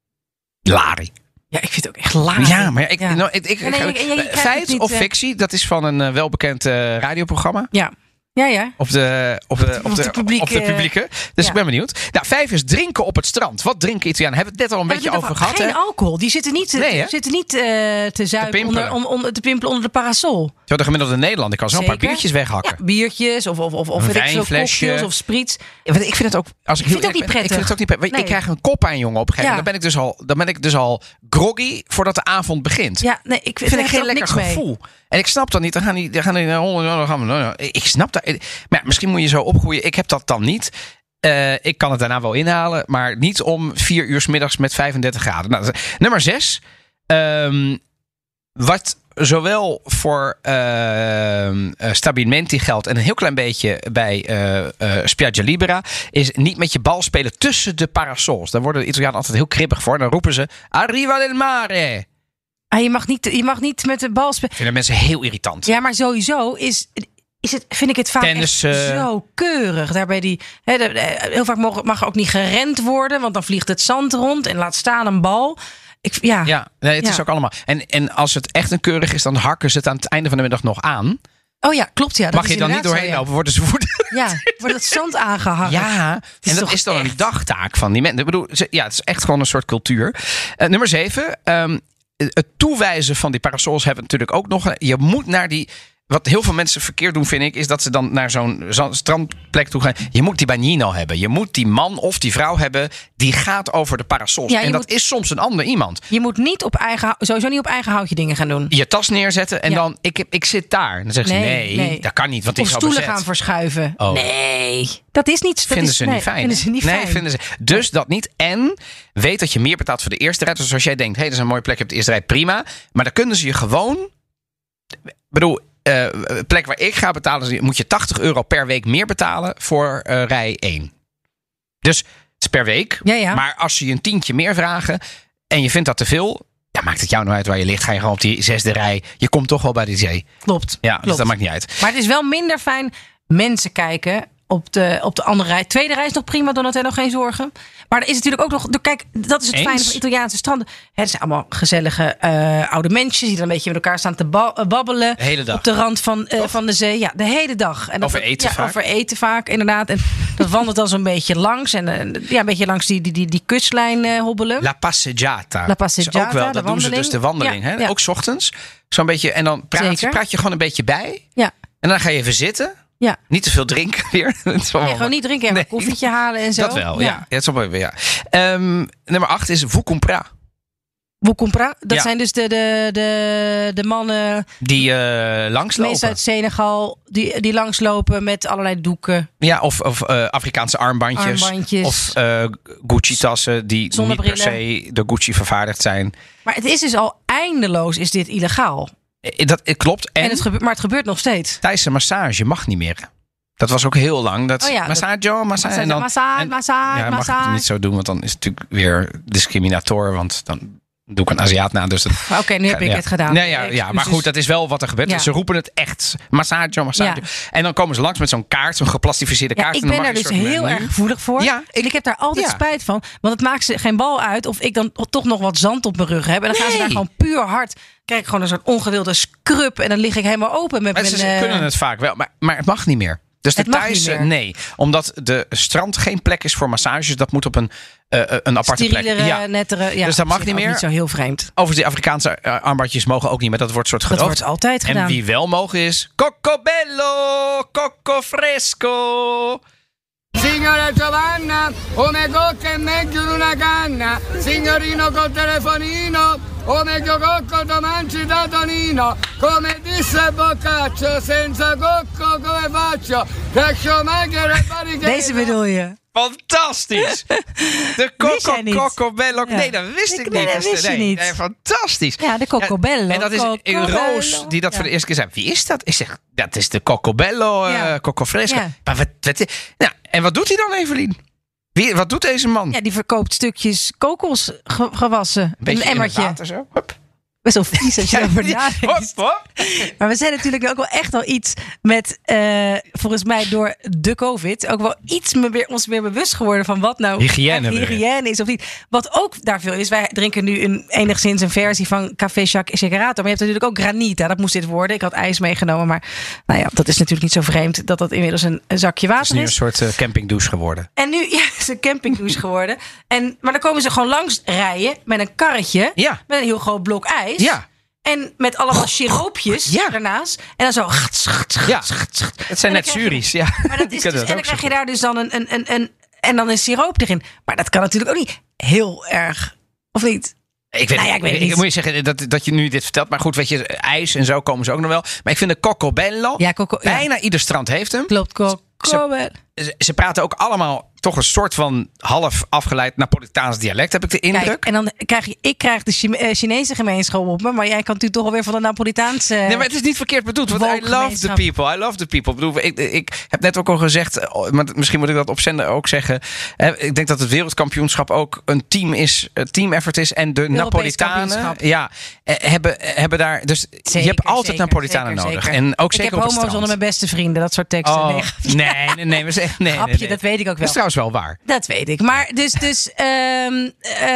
lari. Ja, ik vind het ook echt laag. Ja, maar ik, Ja. nou, ik, ik, Ja, nee, je- je- je krijgt feit het niet, of eh. fictie, dat is van een uh, welbekend uh, radioprogramma. Ja, ja, ja. Op de, op de, op Op de, de publieke- op de publieke. Dus ja. ik ben benieuwd. Nou, vijf is drinken op het strand. Wat drinken Italianen? Hebben we het net al een Ja, beetje we over hebben gehad. Geen Hè? alcohol. Die zitten niet, Nee, hè? zitten niet uh, te zuipen, pimpelen. onder, onder, te pimpelen onder de parasol. Zo, de gemiddelde Nederlander kan zo'n paar Zeker. biertjes weghakken. Ja, biertjes of, of, of, of Een weet ik veel, wijnflesje. cocktails of spritz. Ja, want ik vind het ook. Als ik, Ik heel vind het ook eerlijk niet ben, Ik vind het ook niet prettig. Nee. Ik krijg een kop aan, jongen. Op een gegeven Ja. moment. Dan ben ik dus al, dan ben ik dus al groggy voordat de avond begint. Ja, nee, ik Vind ik er geen ook lekker niks mee. gevoel. En ik snap dat niet. Dan gaan die, dan gaan die naar honderd. Dan gaan we, nou, nou, ik snap dat. Maar ja, misschien moet je zo opgroeien. Ik heb dat dan niet. Uh, ik kan het daarna wel inhalen, maar niet om vier uur 's middags met vijfendertig graden. Nou, nummer zes. Um, wat zowel voor uh, uh, Stabilimenti geldt en een heel klein beetje bij uh, uh, Spiaggia Libera, is niet met je bal spelen tussen de parasols. Daar worden de Italianen altijd heel kribbig voor. Dan roepen ze Arriva del mare. Ah, je, mag niet, je mag niet met de bal spelen. Vinden mensen heel irritant. Ja, maar sowieso is, is het, vind ik het vaak Tennis, echt uh, zo keurig. Daarbij die, hè, de, de, heel vaak mag, mag er ook niet gerend worden, want dan vliegt het zand rond en laat staan een bal. Ik, ja. Ja, nee, het Ja. is ook allemaal. En, en als het echt een keurig is, dan hakken ze het aan het einde van de middag nog aan. Oh ja, klopt. Ja, dat Mag is je dan niet inderdaad doorheen zo, lopen, worden ze woedend. Ja, ja wordt het zand aangehangen. Ja, is en dat toch is dan een echt- dagtaak van die mensen. Ik bedoel, ze- ja, het is echt gewoon een soort cultuur. Uh, nummer zeven. Um, het toewijzen van die parasols hebben we natuurlijk ook nog. Je moet naar die. Wat heel veel mensen verkeerd doen, vind ik, is dat ze dan naar zo'n zo- strandplek toe gaan. Je moet die bagnino hebben. Je moet die man of die vrouw hebben die gaat over de parasols. Ja, je en dat moet- is soms een ander iemand. Je moet niet op eigen, sowieso niet op eigen houtje dingen gaan doen. Je tas neerzetten en Ja. dan, ik, ik zit daar. En dan zeggen ze, Nee, nee, nee. dat kan niet, want die Of is al stoelen bezet. gaan verschuiven. Oh. Nee, dat is niet. Dat Vinden is, ze nee, niet fijn. Vinden hè? ze niet nee, fijn. vinden ze. Dus dat niet. En weet dat je meer betaalt voor de eerste rij. Dus als jij denkt, hé, hey, dat is een mooie plek, je hebt de eerste rij, prima. Maar dan kunnen ze je gewoon. Ik bedoel, uh, plek waar ik ga betalen, moet je tachtig euro per week meer betalen voor uh, rij één. Dus het is per week. Ja, ja. Maar als ze je een tientje meer vragen en je vindt dat te veel, ja, maakt het jou nou uit waar je ligt? Ga je gewoon op die zesde rij. Je komt toch wel bij de zee. Klopt. Ja, klopt. dus dat maakt niet uit. Maar het is wel minder fijn mensen kijken op de, op de andere rij. Tweede rij is nog prima, Donatello, geen zorgen. Maar er is natuurlijk ook nog. Kijk, dat is het Eens. fijne van Italiaanse stranden. Hè, het zijn allemaal gezellige uh, oude mensen die dan een beetje met elkaar staan te ba- uh, babbelen. De hele dag. Op de rand van, uh, van de zee. Ja, de hele dag. En dat, Over eten ja, vaak. Over eten vaak, inderdaad. En dat wandelt dan zo'n beetje langs. En uh, ja, een beetje langs die, die, die, die kustlijn uh, hobbelen. La passeggiata. La passeggiata, Is ook wel, de dat doen ze wandeling. dus de wandeling. Ja, hè? ja. Ook 's ochtends. Zo'n beetje. En dan praat, Zeker. praat je gewoon een beetje bij. Ja, En dan ga je even zitten. ja. Niet te veel drinken weer. Dat is wel Nee, gewoon niet drinken en Nee. een koffietje halen en zo. Dat wel, ja. ja. dat is wel mooi, ja. Um, nummer acht is Vous compra. Vous compra, dat Ja. zijn dus de, de, de, de mannen, Die uh, langslopen. meestal uit Senegal, die, die langslopen met allerlei doeken. Ja, of, of uh, Afrikaanse armbandjes. Armbandjes. Of uh, Gucci-tassen die niet per Zonnebrillen. se door Gucci vervaardigd zijn. Maar het is dus al eindeloos, is dit illegaal. Eh, Dat eh, klopt. En, En het gebeurt, maar het gebeurt nog steeds. Thaise massage mag niet meer. Dat was ook heel lang. Dat Oh ja, massage, massage. En dan, Massage, en- massage, ja, mag ik massage. het niet zo doen, want dan is het natuurlijk weer discriminator. Want dan doe ik een Aziat na. Dus dat, Oké, nu heb ik ja. het gedaan. Nee, ja, ja, maar goed, dat is wel wat er gebeurt. Ja. Ze roepen het echt. Massage, massage. Ja. En dan komen ze langs met zo'n kaart, zo'n geplastificeerde Ja, kaart. ik en dan ben mag daar je dus een soort heel menu. erg gevoelig voor. Ja, en ik heb daar altijd ja. spijt van. Want het maakt ze geen bal uit of ik dan toch nog wat zand op mijn rug heb. En dan gaan ze Nee. daar gewoon puur hard. Krijg ik gewoon een soort ongewilde scrub. En dan lig ik helemaal open met Maar mijn... ze eh, kunnen het vaak wel, maar, maar het mag niet meer. Dus de Het mag Thaise, niet meer. nee. Omdat de strand geen plek is voor massages. Dat moet op een, uh, een aparte plek. Sterielere, Ja. nettere. Ja, Dus dat mag op zich niet ook meer. Niet zo heel vreemd. Overigens, die Afrikaanse uh, armbandjes mogen ook niet meer. Dat wordt soort Dat gedoogd. wordt altijd gedaan. En wie wel mogen is... Coco bello, coco fresco. Signora Giovanna, o me cocca è meglio di una canna. Signorino col telefonino, o meglio cocco da mangi da Tonino. Come disse Boccaccio, senza cocco come faccio? Caccio maghere e barrichello. Deze bedoel je? Fantastisch. De Wist coco, jij niet? coco bello. Ja. Nee, dat wist Ik- ik nee, niet. dat wist je nee, niet. nee, fantastisch. Ja, de coco bello. En dat is Coco een Roos bello. die dat Ja. voor de eerste keer zei. Wie is dat? Ik zeg, dat is de coco bello, eh, Ja. coco fresco. Ja. Maar wat, wat, nou, en wat doet hij dan, Evelien? Wie, wat doet deze man? Ja, die verkoopt stukjes kokos ge- gewassen. Een beetje een in het emmertje. water zo. Hup. Best wel vies als je erover nadenkt. Hop, hop. Maar we zijn natuurlijk ook wel echt wel iets met, eh, volgens mij door de COVID, ook wel iets me weer, ons weer bewust geworden van wat nou Hygiëne echt weer. hygiëne is of niet. Wat ook daar veel is. Wij drinken nu een, enigszins een versie van Café Jacques Segerato. Maar je hebt natuurlijk ook granita. Dat moest dit worden. Ik had ijs meegenomen. Maar nou ja, dat is natuurlijk niet zo vreemd dat dat inmiddels een, een zakje Het is water nu is. een soort uh, campingdouche geworden. En nu ja, het is een campingdouche geworden. En, maar dan komen ze gewoon langs rijden met een karretje. Ja. Met een heel groot blok ijs. Ja. En met allemaal siroopjes Ja. daarnaast. En dan zo... Gats, gats, gats, Ja. gats, gats. Het zijn En net dan krijg je- juries. Ja. Maar dat Die is dus, kunnen en dat dan ook krijg zo je daar dus dan een, een, een, een... En dan een siroop erin. Maar dat kan natuurlijk ook niet heel erg. Of niet? Ik weet, Nou ja, ik weet het ik, niet. moet je zeggen dat, dat je nu dit vertelt. Maar goed, weet je, ijs en zo komen ze ook nog wel. Maar ik vind de coco bello. Ja, coco, ja. Bijna ieder strand heeft hem. Klopt, coco. Ze, ze praten ook allemaal toch een soort van half afgeleid Napolitaans dialect, heb ik de indruk. Kijk, en dan krijg je... Ik krijg de Chine- eh, Chinese gemeenschap op me. Maar jij kan natuurlijk toch alweer van de Napolitaanse... Nee, maar het is niet verkeerd bedoeld. Want I love the Volkgemeenschap. people. I love the people. Ik, bedoel, ik, ik heb net ook al gezegd, oh, maar misschien moet ik dat op zender ook zeggen. Eh, Ik denk dat het wereldkampioenschap ook een team is, een team effort is. En de Europees Napolitanen kampioenschap. ja, eh, hebben, hebben daar... Dus je hebt altijd zeker, Napolitanen zeker, nodig. zeker. En ook ik zeker heb op het homo's strand. onder mijn beste vrienden. Dat soort teksten. Oh, Nee, nee, nee, nee, we zeggen, nee, grapje, nee, nee. dat weet ik ook Dat wel. is trouwens wel waar. Dat weet ik. Maar dus, dus ehm,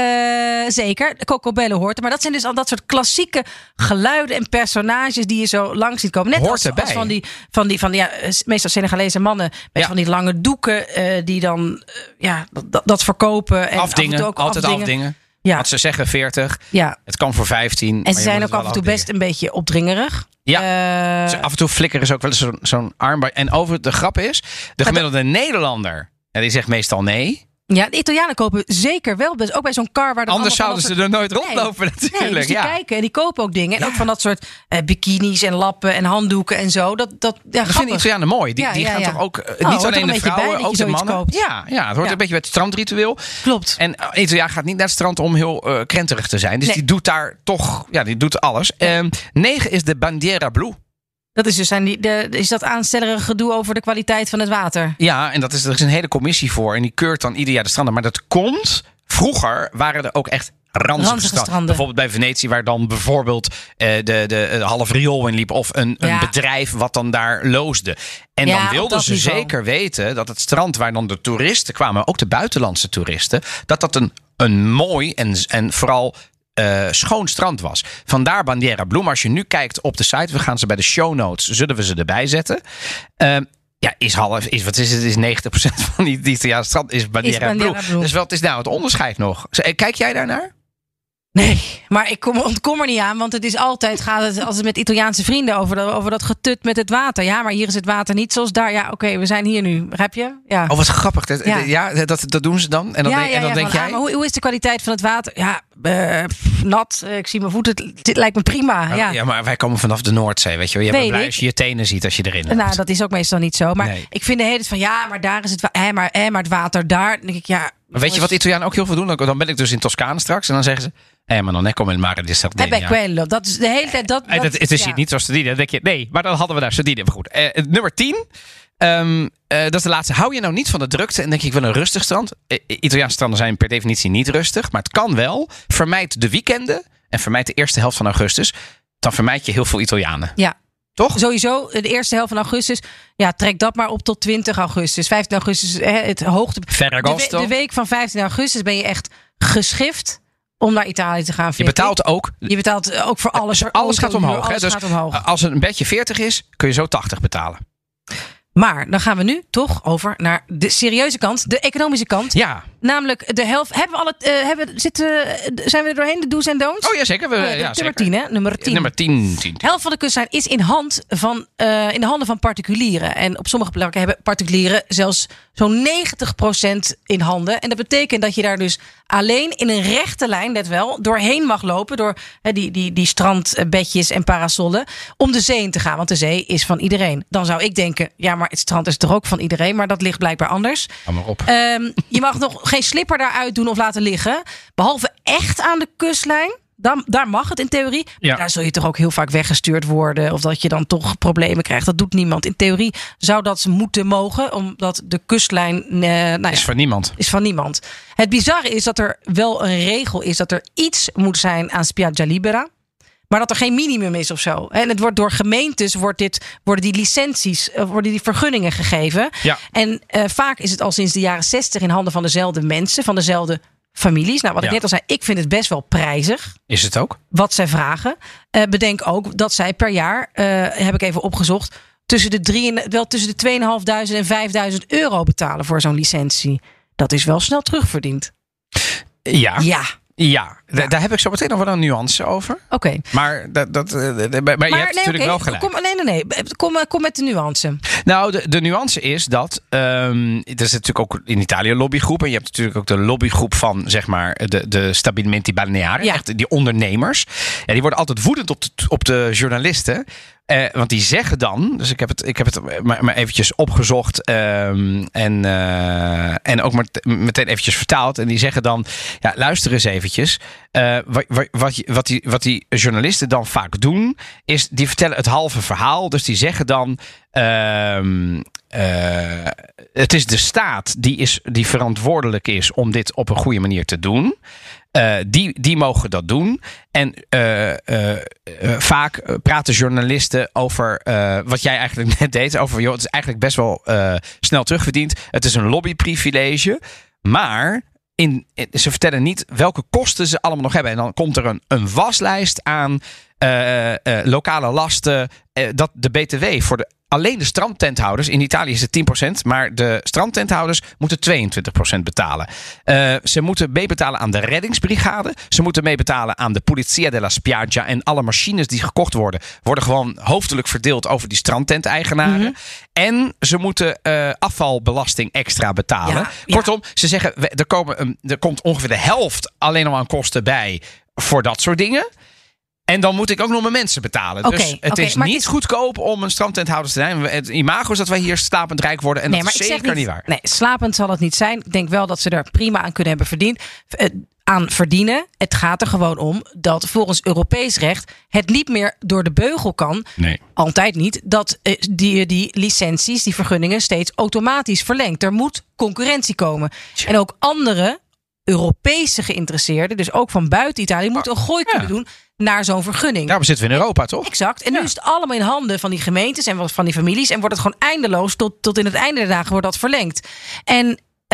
eh, zeker, de Coco Bello hoort er. Maar dat zijn dus al dat soort klassieke geluiden en personages die je zo langs ziet komen. Net Hoort als, erbij. als van die, van die, van die ja, meestal Senegalese mannen met Ja. van die lange doeken eh, die dan eh, ja, dat, dat verkopen. En af en Afdingen, toe ook altijd afdingen. afdingen. Ja. Want ze zeggen veertig. Ja. Het kan voor vijftien. En ze zijn ook af en toe best een beetje opdringerig. Ja. Eh, Ze- af en toe flikkeren ze ook wel eens zo'n zo'n armband. En over de grap is, de gemiddelde Nederlander, ja, die zegt meestal nee. ja, de Italianen kopen zeker wel. Dus ook bij zo'n car waar dat Anders allemaal zouden van ze dat er nooit rondlopen Nee, natuurlijk. dus die ja. kijken en die kopen ook dingen. En Ja. ook van dat soort eh, bikinis en lappen en handdoeken en zo. Dat, dat, ja, Dat vinden grappig. Italianen mooi. Die, Ja, die ja, gaan ja. toch ook, eh, hoort niet er een alleen de beetje bij vrouwen, dat ook je de zoiets mannen. koopt. Ja, ja, het hoort Ja. een beetje bij het strandritueel. Klopt. En uh, Italiaan gaat niet naar het strand om heel uh, krenterig te zijn. Dus Nee. die doet daar toch, ja, die doet alles. Ehm, negen is de Bandiera Blu. Dat is dus zijn die, de, is dat aanstellerige gedoe over de kwaliteit van het water. Ja, en dat is, er is een hele commissie voor. En die keurt dan ieder jaar de stranden. Maar dat komt, vroeger waren er ook echt ranzige, Ranzige stranden. stranden. Bijvoorbeeld bij Venetië, waar dan bijvoorbeeld eh, de, de, de half riool in liep. Of een, een Ja. bedrijf wat dan daar loosde. En Ja, dan op wilden dat ze niveau. zeker weten dat het strand waar dan de toeristen kwamen, ook de buitenlandse toeristen, dat dat een, een mooi en, en vooral Uh, schoon strand was. Vandaar Bandiera Blu. Maar als je nu kijkt op de site, we gaan ze bij de show notes, zullen we ze erbij zetten. Uh, ja, is half, is, wat is het? Is negentig procent van die, die Italiaanse strand is Bandiera, Is Bandiera Blu. Blu. Dus wat is nou het onderscheid nog? Kijk jij daarnaar? Nee, maar ik kom, ontkom er niet aan. Want het is altijd, gaat het als het met Italiaanse vrienden over dat, over dat getut met het water. Ja, maar hier is het water niet zoals daar. Ja, oké, okay, we zijn hier nu. Begrijp je? Ja. Oh, wat grappig. Dat, Ja. ja, dat, dat doen ze dan. En dan, ja, denk, ja, en dan ja, denk van, jij... ah, maar hoe, hoe is de kwaliteit van het water? Ja, uh, pff, nat. Uh, ik zie mijn voeten. Het, het lijkt me prima. Oh, ja. ja, maar wij komen vanaf de Noordzee, weet je wel. Je bent Weet blij ik. als je je tenen ziet als je erin loopt. Nou, dat is ook meestal niet zo. Maar Nee. ik vind de hele tijd van ja, maar daar is het water. Hè, maar, hè, maar het water daar. Dan denk ik ja. Maar weet je wat Italianen ook heel veel doen? Dan- Dan ben ik dus in Toscane straks. En dan zeggen ze... Eh, maar non è come il mare di En Sardegna. bij quello. Dat is de hele tijd. Dat, Eh, dat, dat, het is ja. hier niet zoals Sardinië. Dan denk je, nee, maar dan hadden we daar Sardinië. Maar goed, eh, nummer tien. Um, uh, dat is de laatste. Hou je nou niet van de drukte en denk je, ik wil een rustig strand? Uh, Italiaanse stranden zijn per definitie niet rustig. Maar het kan wel. Vermijd de weekenden en vermijd de eerste helft van augustus. Dan vermijd je heel veel Italianen. Ja. Toch? Sowieso, de eerste helft van augustus. Ja, trek dat maar op tot twintig augustus. vijftien augustus, het hoogte. Ferragosto. De, we- de week van vijftien augustus ben je echt geschift om naar Italië te gaan. Je vind ik. betaalt ook. Je betaalt ook voor alles. Dus alles gaat autohuur, omhoog. Hè? Alles Dus gaat omhoog. als een bedje veertig is, kun je zo tachtig betalen. Maar dan gaan we nu toch over naar de serieuze kant, de economische kant. Ja. Namelijk de helft. Hebben we al het, uh, hebben, zitten, zijn we er doorheen, de do's en don'ts? Oh ja, zeker. We, Ja, ja, nummer zeker. tien, hè? Nummer tien. Nummer tien. tien. De helft van de kustlijn is in, hand van, uh, in de handen van particulieren. En op sommige plekken hebben particulieren zelfs zo'n negentig procent in handen. En dat betekent dat je daar dus alleen in een rechte lijn, let wel, doorheen mag lopen. Door hè, die, die, die strandbedjes en parasollen. Om de zee in te gaan. Want de zee is van iedereen. Dan zou ik denken, ja, maar het strand is toch ook van iedereen. Maar dat ligt blijkbaar anders. Hou maar op. Um, je mag nog geen slipper daaruit doen of laten liggen. Behalve echt aan de kustlijn. Dan, daar mag het in theorie. Maar Ja. daar zul je toch ook heel vaak weggestuurd worden. Of dat je dan toch problemen krijgt. Dat doet niemand. In theorie zou dat moeten mogen. Omdat de kustlijn eh, nou ja, Is van niemand. is van niemand. Het bizarre is dat er wel een regel is. Dat er iets moet zijn aan Spiaggia Libera. Maar dat er geen minimum is of zo. En het wordt door gemeentes wordt dit, worden die licenties, eh, worden die vergunningen gegeven. Ja. En uh, vaak is het al sinds de jaren zestig in handen van dezelfde mensen, van dezelfde families. Nou, wat ik Ja. net al zei, ik vind het best wel prijzig Is het ook? wat zij vragen. Uh, bedenk ook dat zij per jaar, uh, heb ik even opgezocht, tussen de drie en wel tussen de tweeduizend vijfhonderd en vijfduizend euro betalen voor zo'n licentie. Dat is wel snel terugverdiend. Ja. Ja, Ja. Da- daar heb ik zo meteen nog wel een nuance over. oké. Maar, dat, dat, eh, maar, maar je hebt natuurlijk oké, wel gelijk. Kom, nee, nee, nee. Kom, kom met de nuance. Nou, de, de nuance is dat um, er is natuurlijk ook in Italië een lobbygroep. En je hebt natuurlijk ook de lobbygroep van, zeg maar, de, de Stabilimenti Balneari. Ja. Echt die ondernemers. Ja, die worden altijd woedend op de, op de journalisten. Uh, want die zeggen dan, dus ik heb het, ik heb het maar, maar eventjes opgezocht um, en, uh, en ook met, meteen eventjes vertaald. En die zeggen dan, ja, luister eens eventjes. Uh, wat, wat, wat, wat, die, wat die journalisten dan vaak doen, is die vertellen het halve verhaal. Dus die zeggen dan, um, uh, het is de staat die, is, die verantwoordelijk is om dit op een goede manier te doen. Uh, die, die mogen dat doen. En uh, uh, uh, vaak praten journalisten over uh, wat jij eigenlijk net deed. Over, joh, het is eigenlijk best wel uh, snel terugverdiend. Het is een lobbyprivilege. Maar in, ze vertellen niet welke kosten ze allemaal nog hebben. En dan komt er een, een waslijst aan uh, uh, lokale lasten. Uh, dat de B T W voor de alleen de strandtenthouders, in Italië is het tien procent, maar de strandtenthouders moeten tweeëntwintig procent betalen. Uh, ze moeten meebetalen aan de reddingsbrigade. Ze moeten meebetalen aan de Polizia della Spiaggia. En alle machines die gekocht worden, worden gewoon hoofdelijk verdeeld over die strandtenteigenaren. Mm-hmm. En ze moeten uh, afvalbelasting extra betalen. Ja, ja. Kortom, ze zeggen, er, komen een, er komt ongeveer de helft alleen al aan kosten bij voor dat soort dingen. En dan moet ik ook nog mijn mensen betalen. Okay, dus het okay, is maar niet het is... goedkoop om een strandtenthouder te zijn. Het imago is dat wij hier slapend rijk worden. En nee, dat maar is ik zeker zeg niet, niet waar. Nee, slapend zal het niet zijn. Ik denk wel dat ze er prima aan kunnen hebben verdiend. Uh, aan verdienen. Het gaat er gewoon om dat volgens Europees recht het niet meer door de beugel kan. Nee. Altijd niet. Dat uh, die, die licenties, die vergunningen steeds automatisch verlengt. Er moet concurrentie komen. Tja. En ook andere Europese geïnteresseerden, dus ook van buiten Italië, moeten een gooi kunnen ja. doen naar zo'n vergunning. Daarom zitten we in Europa, toch? Exact. En Ja. nu is het allemaal in handen van die gemeentes en van die families. En wordt het gewoon eindeloos. Tot, tot in het einde der dagen wordt dat verlengd. En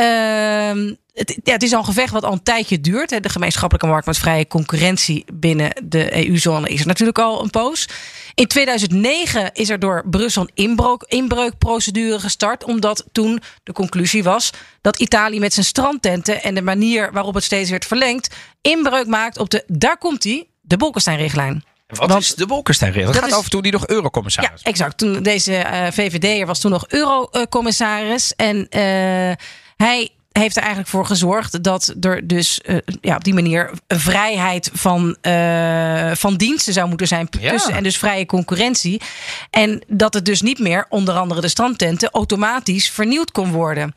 uh, het, ja, het is al een gevecht wat al een tijdje duurt. Hè. De gemeenschappelijke markt met vrije concurrentie binnen de E U-zone is er natuurlijk al een poos. In tweeduizend negen is er door Brussel een inbreuk, inbreukprocedure gestart. Omdat toen de conclusie was dat Italië met zijn strandtenten en de manier waarop het steeds werd verlengd inbreuk maakt op de, daar komt die, de Bolkestein-richtlijn. Wat Want- is de Bolkestein-regel? Dat Dat gaat is- over toen die nog eurocommissaris Ja, exact. Toen deze uh, V V D'er was toen nog eurocommissaris. En uh, hij heeft er eigenlijk voor gezorgd dat er dus uh, ja, op die manier een vrijheid van, uh, van diensten zou moeten zijn Ja. tussen en dus vrije concurrentie. En dat het dus niet meer, onder andere de strandtenten, automatisch vernieuwd kon worden.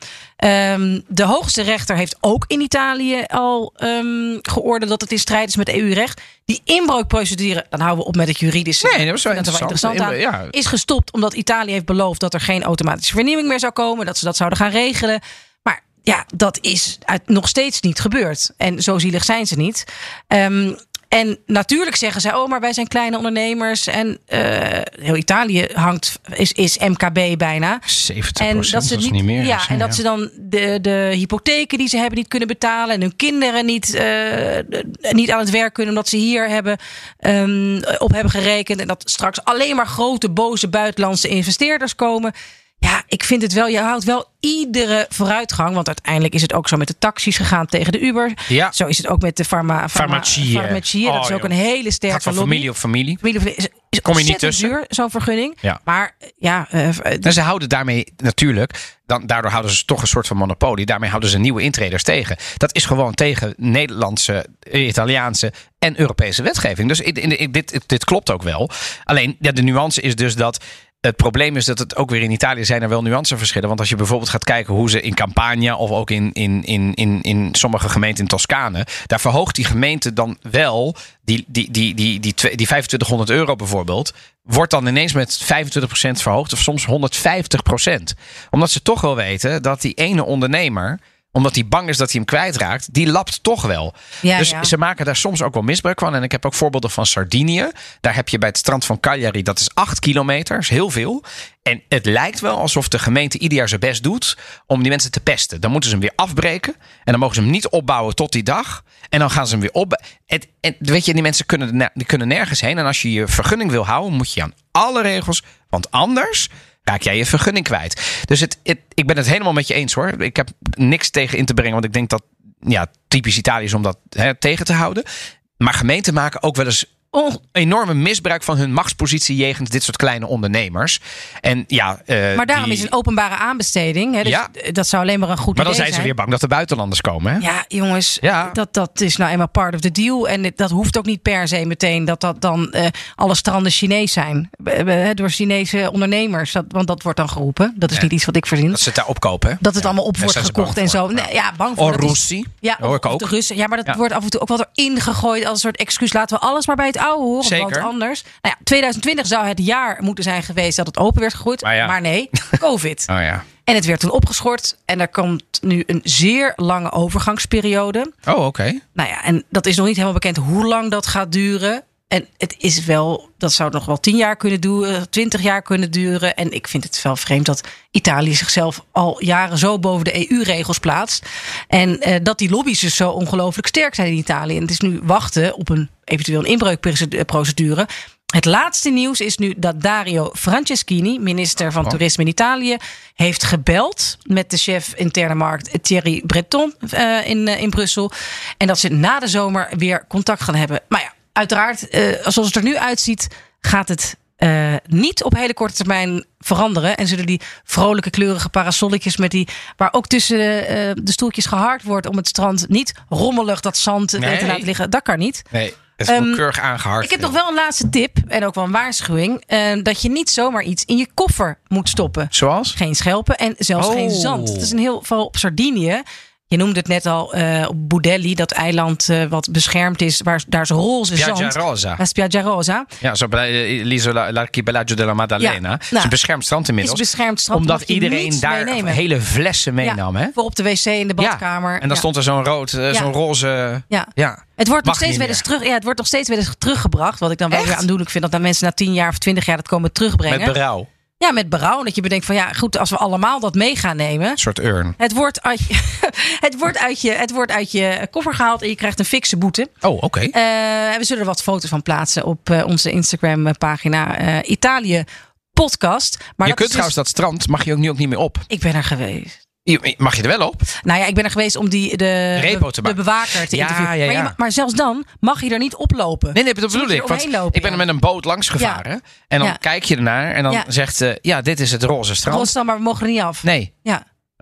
Um, de hoogste rechter heeft ook in Italië al um, geoordeeld dat het in strijd is met E U-recht. Die inbreukprocedure, dan houden we op met het juridische. Nee, dat was wel Ik vind interessant. dat wel interessant aan, Ja. is gestopt omdat Italië heeft beloofd dat er geen automatische vernieuwing meer zou komen. Dat ze dat zouden gaan regelen. Maar ja, dat is uit, nog steeds niet gebeurd. En zo zielig zijn ze niet. Um, En natuurlijk zeggen zij, oh, maar wij zijn kleine ondernemers. En uh, heel Italië hangt, is, is M K B bijna. zeventig En procent, dat ze is niet, niet meer. ja, Dus, en dat ja. ze dan de, de hypotheken die ze hebben niet kunnen betalen. En hun kinderen niet, uh, niet aan het werk kunnen. Omdat ze hier hebben, um, op hebben gerekend. En dat straks alleen maar grote, boze buitenlandse investeerders komen. Ja, ik vind het wel, je houdt wel iedere vooruitgang. Want uiteindelijk is het ook zo met de taxis gegaan tegen de Uber. Ja. Zo is het ook met de farma, farma, Farmacie, hè. farmacie. Dat Oh, is ook joh. een hele sterke Gaat van lobby. familie op familie. Familie of- is, is Kom je niet ontzettend tussen? duur, zo'n vergunning. Ja. Maar ja, uh, En ze houden daarmee natuurlijk, dan, daardoor houden ze toch een soort van monopolie. Daarmee houden ze nieuwe intreders tegen. Dat is gewoon tegen Nederlandse, Italiaanse en Europese wetgeving. Dus in, in, in, dit, dit klopt ook wel. Alleen ja, de nuance is dus dat het probleem is dat het ook weer in Italië zijn er wel nuanceverschillen. Want als je bijvoorbeeld gaat kijken hoe ze in Campania of ook in, in, in, in, in sommige gemeenten in Toscane, daar verhoogt die gemeente dan wel die, die, die, die, die, die, die vijfentwintighonderd euro bijvoorbeeld, wordt dan ineens met vijfentwintig procent verhoogd of soms honderdvijftig procent. Omdat ze toch wel weten dat die ene ondernemer, omdat hij bang is dat hij hem kwijtraakt, die lapt toch wel. Ja, dus ja. ze maken daar soms ook wel misbruik van. En ik heb ook voorbeelden van Sardinië. Daar heb je bij het strand van Cagliari, dat is acht kilometer, is heel veel. En het lijkt wel alsof de gemeente ieder jaar zijn best doet om die mensen te pesten. Dan moeten ze hem weer afbreken. En dan mogen ze hem niet opbouwen tot die dag. En dan gaan ze hem weer op. En, en weet je, die mensen kunnen, er- die kunnen nergens heen. En als je je vergunning wil houden, moet je aan alle regels. Want anders raak jij je vergunning kwijt. Dus het, het, ik ben het helemaal met je eens hoor. Ik heb niks tegen in te brengen. Want ik denk dat ja, typisch Italië is om dat hè, tegen te houden. Maar gemeenten maken ook wel eens on- enorme misbruik van hun machtspositie jegens dit soort kleine ondernemers. En ja, uh, Maar daarom die, is een openbare aanbesteding. Hè, dus Ja. dat zou alleen maar een goed Maar dan idee zijn ze weer bang dat de buitenlanders komen. Hè? Ja, jongens, Ja. Dat, dat is nou eenmaal part of the deal. En het- dat hoeft ook niet per se meteen dat dat dan uh, alle stranden Chinees zijn. Uh, door Chinese ondernemers. Dat, want dat wordt dan geroepen. Dat is Ja. niet iets wat ik verzin. Dat ze het daar opkopen. Hè? Dat het Ja. allemaal op Daar wordt zijn ze gekocht bang en zo. voor. Nee, ja, bang voor. Oh, dat is- Russie. Ja, hoor ik of ook. de Russen. Ja, maar dat Ja. wordt af en toe ook wel erin gegooid als een soort excuus. Laten we alles maar bij het oude horen. Zeker. Want anders. Nou ja, twintig twintig zou het jaar moeten zijn geweest dat het open werd gegooid. Maar ja. Maar nee, COVID. Oh ja. En het werd toen opgeschort. En er komt nu een zeer lange overgangsperiode. Oh, oké. Nou ja, en dat is nog niet helemaal bekend hoe lang dat gaat duren. En het is wel, dat zou nog wel tien jaar kunnen duren, twintig jaar kunnen duren. En ik vind het wel vreemd dat Italië zichzelf al jaren zo boven de E U-regels plaatst. En eh, dat die lobby's dus zo ongelooflijk sterk zijn in Italië. En het is nu wachten op een eventueel inbreukprocedure. Het laatste nieuws is nu dat Dario Franceschini, minister van Oh. Toerisme in Italië, heeft gebeld met de chef interne markt Thierry Breton uh, in, uh, in Brussel. En dat ze na de zomer weer contact gaan hebben. Maar ja, uiteraard, uh, zoals het er nu uitziet, gaat het uh, niet op hele korte termijn veranderen. En zullen die vrolijke kleurige parasolletjes met die, waar ook tussen de, uh, de stoeltjes geharkt wordt om het strand niet rommelig dat zand uh, Nee. te laten liggen. Dat kan niet. Nee, het is Um, um, keurig aangehard. Ik heb nog wel een laatste tip en ook wel een waarschuwing. Uh, dat je niet zomaar iets in je koffer moet stoppen. Zoals? Geen schelpen en zelfs Oh. geen zand. Het is een heel geval op Sardinië. Je noemde het net al uh, op Boudelli, dat eiland uh, wat beschermd is, waar daar is roze Spiaggia zand. Rosa. La Spiaggia Rosa. Ja, zo bij eh, l'isola, l'archipelago della Maddalena. Ja, Het is nou, een beschermd strand inmiddels. Is beschermd strand. Omdat mag je iedereen niets daar meenemen. hele flessen meenam. Ja, Hè? voor op de wc in de badkamer. Ja. En dan Ja. stond er zo'n rood, uh, Ja. zo'n roze. Ja. Ja. Het wordt, nog Mag steeds niet wel eens meer. terug, ja, het wordt nog steeds wel eens teruggebracht. Wat ik dan wel Echt? weer aandoenlijk vind. Dat dan mensen na tien jaar of twintig jaar dat komen terugbrengen. Met berouw. Ja, met berouw. Dat je bedenkt van ja, goed, als we allemaal dat mee gaan nemen. Een soort urn. Het wordt, uit je, het, wordt uit je, het wordt uit je koffer gehaald en je krijgt een fikse boete. Oh, oké. Uh, we zullen er wat foto's van plaatsen op uh, onze Instagram-pagina uh, Italië Podcast. Maar je dat kunt is dus- trouwens dat strand, mag je ook nu ook niet meer op. Ik ben er geweest. Je- Mag je er wel op? Nou ja, ik ben er geweest om die, de, Repo te de maken. bewaker te Ja, interviewen. ja, Maar, je ja. ma- maar zelfs dan mag je er niet oplopen. Nee, nee, dat bedoel moet je ik. er Want omheen lopen, ik ben er ja. met een boot langs gevaren. En dan Ja. kijk je ernaar en dan Ja. zegt ze, ja, dit is het roze strand. Rotterdam, maar we mogen er niet af. Nee. Ja. Oh.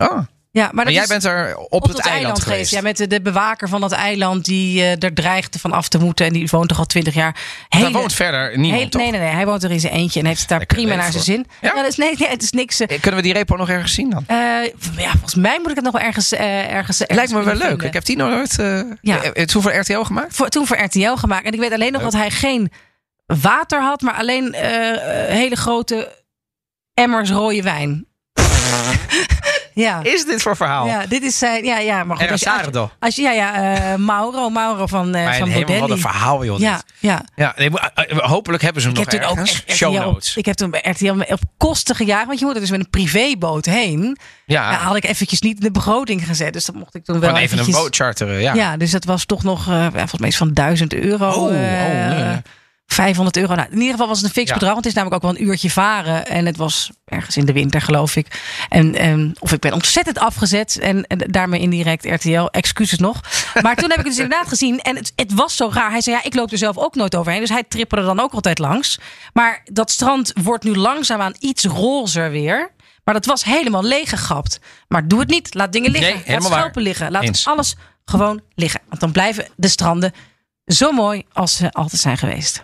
Ja, maar, Maar dat jij is bent er op, op het dat eiland geweest. Ja, met de, de bewaker van dat eiland die uh, er dreigt van af te moeten. En die woont toch al twintig jaar. Daar Hele, woont verder niemand, hele, toch? nee, nee, nee. Hij woont er in zijn eentje en heeft het daar Lekker prima leven, naar zijn hoor. zin. Ja? Ja, dat is, nee, nee, het is niks. Uh, Kunnen we die repo nog ergens zien dan? uh, ja, volgens mij moet ik het nog wel ergens, uh, ergens, ergens Lijkt me wel kunnen leuk. vinden. Ik heb die nog nooit... Uh, Ja. ja. Toen voor R T L gemaakt? Voor, toen voor R T L gemaakt. En ik weet alleen nog Leuk. dat hij geen water had, maar alleen uh, hele grote emmers rode wijn. Ja. Is dit voor verhaal? Ja, dit is zijn. Ja, ja, maar goed. Era Als je, als je, sardo. als je- ja, ja, uh, Mauro, Mauro van, uh, Maar van helemaal wat Bodelli. een verhaal, joh. Ja, dit. ja. Ja, nee, maar, uh, hopelijk hebben ze hem Ik nog heb toen ook ergens. echt Show R T L op, notes. ik heb toen bij R T L op kosten gejaagd. Want je moet er dus met een privéboot heen. Ja, Ja, had ik eventjes niet in de begroting gezet. Dus dat mocht ik toen wel gewoon even een eventjes- boot charteren. Ja. Ja, dus dat was toch nog uh, ja, volgens mij iets van duizend euro. Oh, oh, uh, nee, nee. vijfhonderd euro. Nou, in ieder geval was het een fix Ja. bedrag. Want het is namelijk ook wel een uurtje varen. En het was ergens in de winter, geloof ik. En, en of ik ben ontzettend afgezet. En, en daarmee indirect R T L. Excuses nog. Maar toen heb ik het dus inderdaad gezien. En het, het was zo raar. Hij zei, ja, ik loop er zelf ook nooit overheen. Dus hij tripperde dan ook altijd langs. Maar dat strand wordt nu langzaamaan iets rozer weer. Maar dat was helemaal leeggegapt. Maar doe het niet. Laat dingen liggen. Nee, Laat helemaal waar. schelpen liggen. Laat Eens. alles gewoon liggen. Want dan blijven de stranden zo mooi als ze altijd zijn geweest.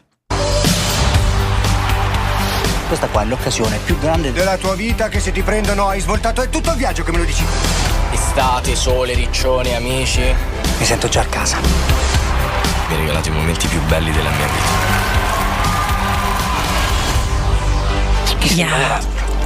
Questa qua è l'occasione più grande Della tua vita che se ti prendono hai svoltato, è tutto il viaggio che me lo dici. estate, sole, riccione, amici. Mi sento già a casa. Mi hai regalato i momenti più belli della mia vita. Ja,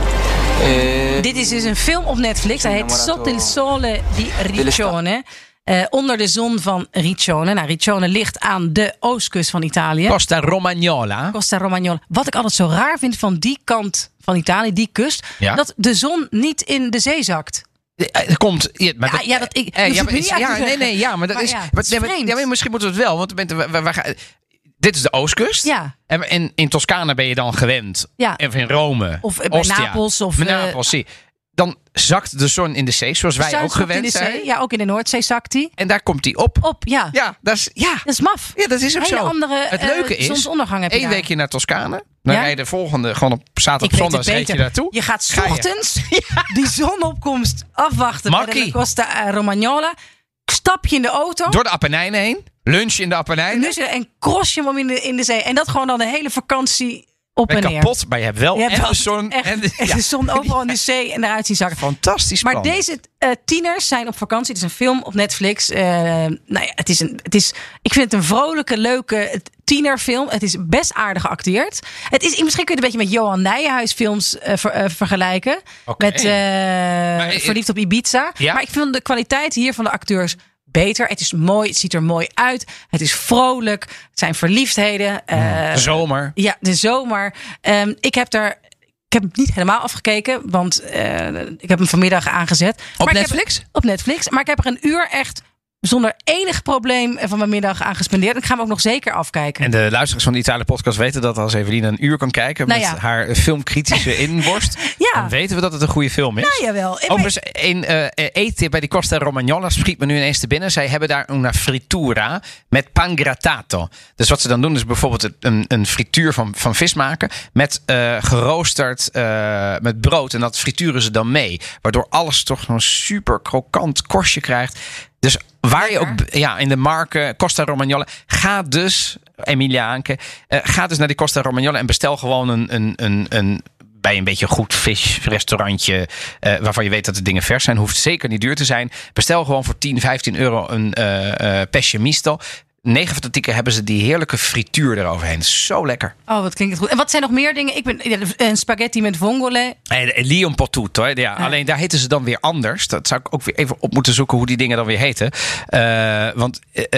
Eh, dit is dus een film op Netflix. Hij heet Sotto il sole di Riccione. Uh, onder de zon van Riccione. Nou, Riccione ligt aan de oostkust van Italië. Costa Romagnola. Costa Romagnola. Wat ik altijd zo raar vind van die kant van Italië, die kust, Ja. dat de zon niet in de zee zakt. Eh, Er komt. Ja, maar Ja, dat- ja, dat ik- eh, hoef ja, ik me maar- niet uit te ja, nee, leggen. nee, ja, maar dat Maar is. ja, maar- het is nee, maar- vreemd. ja, maar misschien moeten we het wel, want we, we, we, we gaan. Dit is de oostkust. Ja. En in, in Toscane ben je dan gewend. Ja. Of in Rome. Of bij Ostia. Napels, of, Bij eh, Napels, zie. Dan zakt de zon in de zee, zoals wij Zuid ook zakt in gewend de zee. zijn. Ja, ook in de Noordzee zakt die. En daar komt die op. Op, ja. Ja, dat is, ja. Dat is maf. Ja, dat is ook Hele zo. andere, het eh, leuke is, zonsondergang heb je één daar. weekje naar Toscane. Dan Ja? rij je de volgende, gewoon op zaterdag, Ik weet zondag, het reed je beter. naartoe. Je gaat 's Ga je. ochtends die zonopkomst afwachten bij Makkie. de Costa eh, Romagnola. Stap je in de auto. Door de Appenijnen heen. Lunch in de Appenijnen. Dus, en cross je hem in de, in de zee. En dat gewoon dan de hele vakantie op Ben en neer. kapot, maar je hebt wel Je hebt en wel de zon. echt- en de, echt ja. de zon overal in de zee en eruit zien zakken. Fantastisch Maar plan. deze uh, tieners zijn op vakantie. Het is een film op Netflix. Uh, nou ja, het is een, het is, ik vind het een vrolijke, leuke tienerfilm. Het is best aardig geacteerd. Het is, misschien kun je het een beetje met Johan Nijenhuis films uh, ver, uh, vergelijken. Oké. Met uh, Maar, uh, Verliefd op Ibiza. Ja? Maar ik vind de kwaliteit hier van de acteurs beter. Het is mooi. Het ziet er mooi uit. Het is vrolijk. Het zijn verliefdheden. Uh, Zomer. Ja, de zomer. Um, ik heb daar... Ik heb hem niet helemaal afgekeken, want uh, ik heb hem vanmiddag aangezet. Op Maar ik Netflix? Heb, op Netflix. Maar ik heb er een uur echt zonder enig probleem van mijn middag aan gespendeerd. Ik ga hem ook nog zeker afkijken. En de luisteraars van de Italië podcast weten dat als Evelien een uur kan kijken Nou met ja. haar filmkritische inborst, Ja. dan weten we dat het een goede film is. Nou, jawel. Maar- Overigens, een uh, eettip bij die Costa Romagnola schiet me nu ineens te binnen. Zij hebben daar una frittura met pan grattato. Dus wat ze dan doen is bijvoorbeeld een, een frituur van, van vis maken met uh, geroosterd uh, met brood. En dat frituren ze dan mee. Waardoor alles toch zo'n super krokant korstje krijgt. Dus waar je ook ja, in de marken Costa Romagnola, ga dus, Emilia Aanke, uh, ga dus naar die Costa Romagnola en bestel gewoon een, een, een, een bij een beetje goed visrestaurantje uh, waarvan je weet dat de dingen vers zijn. Hoeft zeker niet duur te zijn. Bestel gewoon voor tien, vijftien euro een uh, uh, pesce misto. negen van de tien keer hebben ze die heerlijke frituur eroverheen. Zo lekker. Oh, wat klinkt het goed. En wat zijn nog meer dingen? Ik ben ja, een spaghetti met vongole. En lì un po' tutto. Hè. Ja, Ja. Alleen daar heten ze dan weer anders. Dat zou ik ook weer even op moeten zoeken hoe die dingen dan weer heten. Uh, want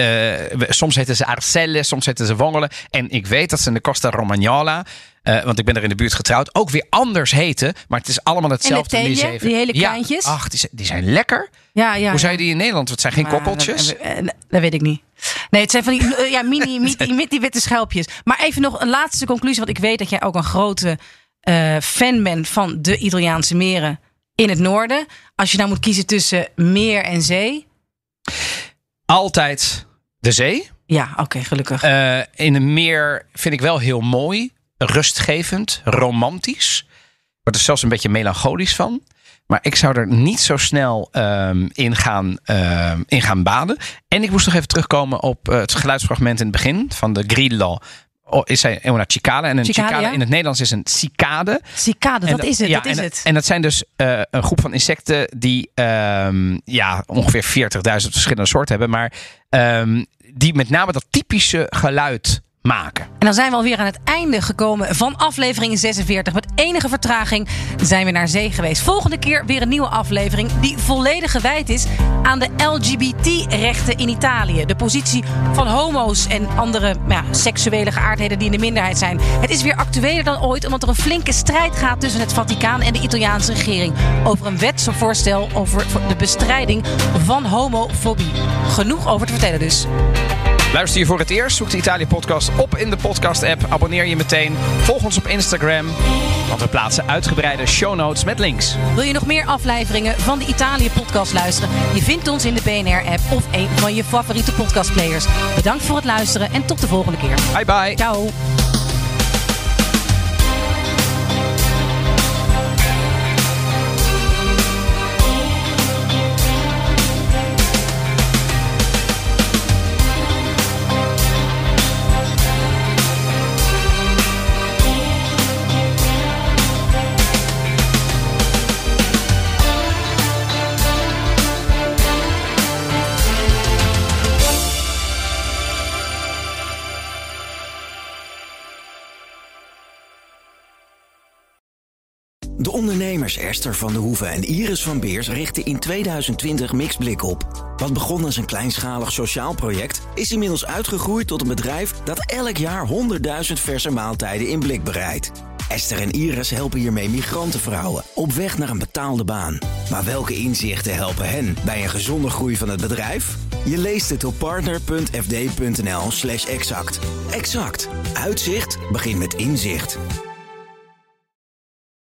uh, soms heten ze arcelle, soms heten ze vongole. En ik weet dat ze in de Costa Romagnola, Uh, want ik ben er in de buurt getrouwd, ook weer anders heten. Maar het is allemaal hetzelfde. En de die, teje, zeven- die hele Ja, kleintjes. ach, die zijn, die zijn lekker. Ja, ja. Hoe zei ja. je die in Nederland? Het zijn geen Maar, kokkeltjes. eh, eh, Dat weet ik niet. Nee, het zijn van die uh, ja, mini, mini, met die witte schelpjes. Maar even nog een laatste conclusie. Want ik weet dat jij ook een grote uh, fan bent van de Italiaanse meren in het noorden. Als je nou moet kiezen tussen meer en zee. Altijd de zee. Ja, oké, okay, gelukkig. Uh, in een meer vind ik wel heel mooi. Rustgevend. Romantisch. Wordt er zelfs een beetje melancholisch van. Maar ik zou er niet zo snel um, in, gaan, um, in gaan baden. En ik moest nog even terugkomen op uh, het geluidsfragment in het begin van de Grillo. Oh, is hij una cicala. En een Cicale, cicala ja? in het Nederlands is een cicade. Cicade, dat, dat is het. Ja, dat is en, het. en dat zijn dus uh, een groep van insecten die um, ja, ongeveer veertigduizend verschillende soorten hebben. Maar um, die met name dat typische geluid maken. En dan zijn we alweer aan het einde gekomen van aflevering zesenveertig. Met enige vertraging zijn we naar zee geweest. Volgende keer weer een nieuwe aflevering die volledig gewijd is aan de L G B T-rechten in Italië. De positie van homo's en andere ja, seksuele geaardheden die in de minderheid zijn. Het is weer actueler dan ooit omdat er een flinke strijd gaat tussen het Vaticaan en de Italiaanse regering over een wetsvoorstel over de bestrijding van homofobie. Genoeg over te vertellen dus. Luister je voor het eerst? Zoek de Italië-podcast op in de podcast-app. Abonneer je meteen. Volg ons op Instagram. Want we plaatsen uitgebreide show notes met links. Wil je nog meer afleveringen van de Italië-podcast luisteren? Je vindt ons in de B N R-app of een van je favoriete podcastplayers. Bedankt voor het luisteren en tot de volgende keer. Bye bye. Ciao. De ondernemers Esther van de Hoeven en Iris van Beers richten in tweeduizend twintig Mixblik op. Wat begon als een kleinschalig sociaal project is inmiddels uitgegroeid tot een bedrijf dat elk jaar honderdduizend verse maaltijden in blik bereidt. Esther en Iris helpen hiermee migrantenvrouwen op weg naar een betaalde baan. Maar welke inzichten helpen hen bij een gezonde groei van het bedrijf? Je leest het op partner.fd.nl slash exact. Exact. Uitzicht begint met inzicht.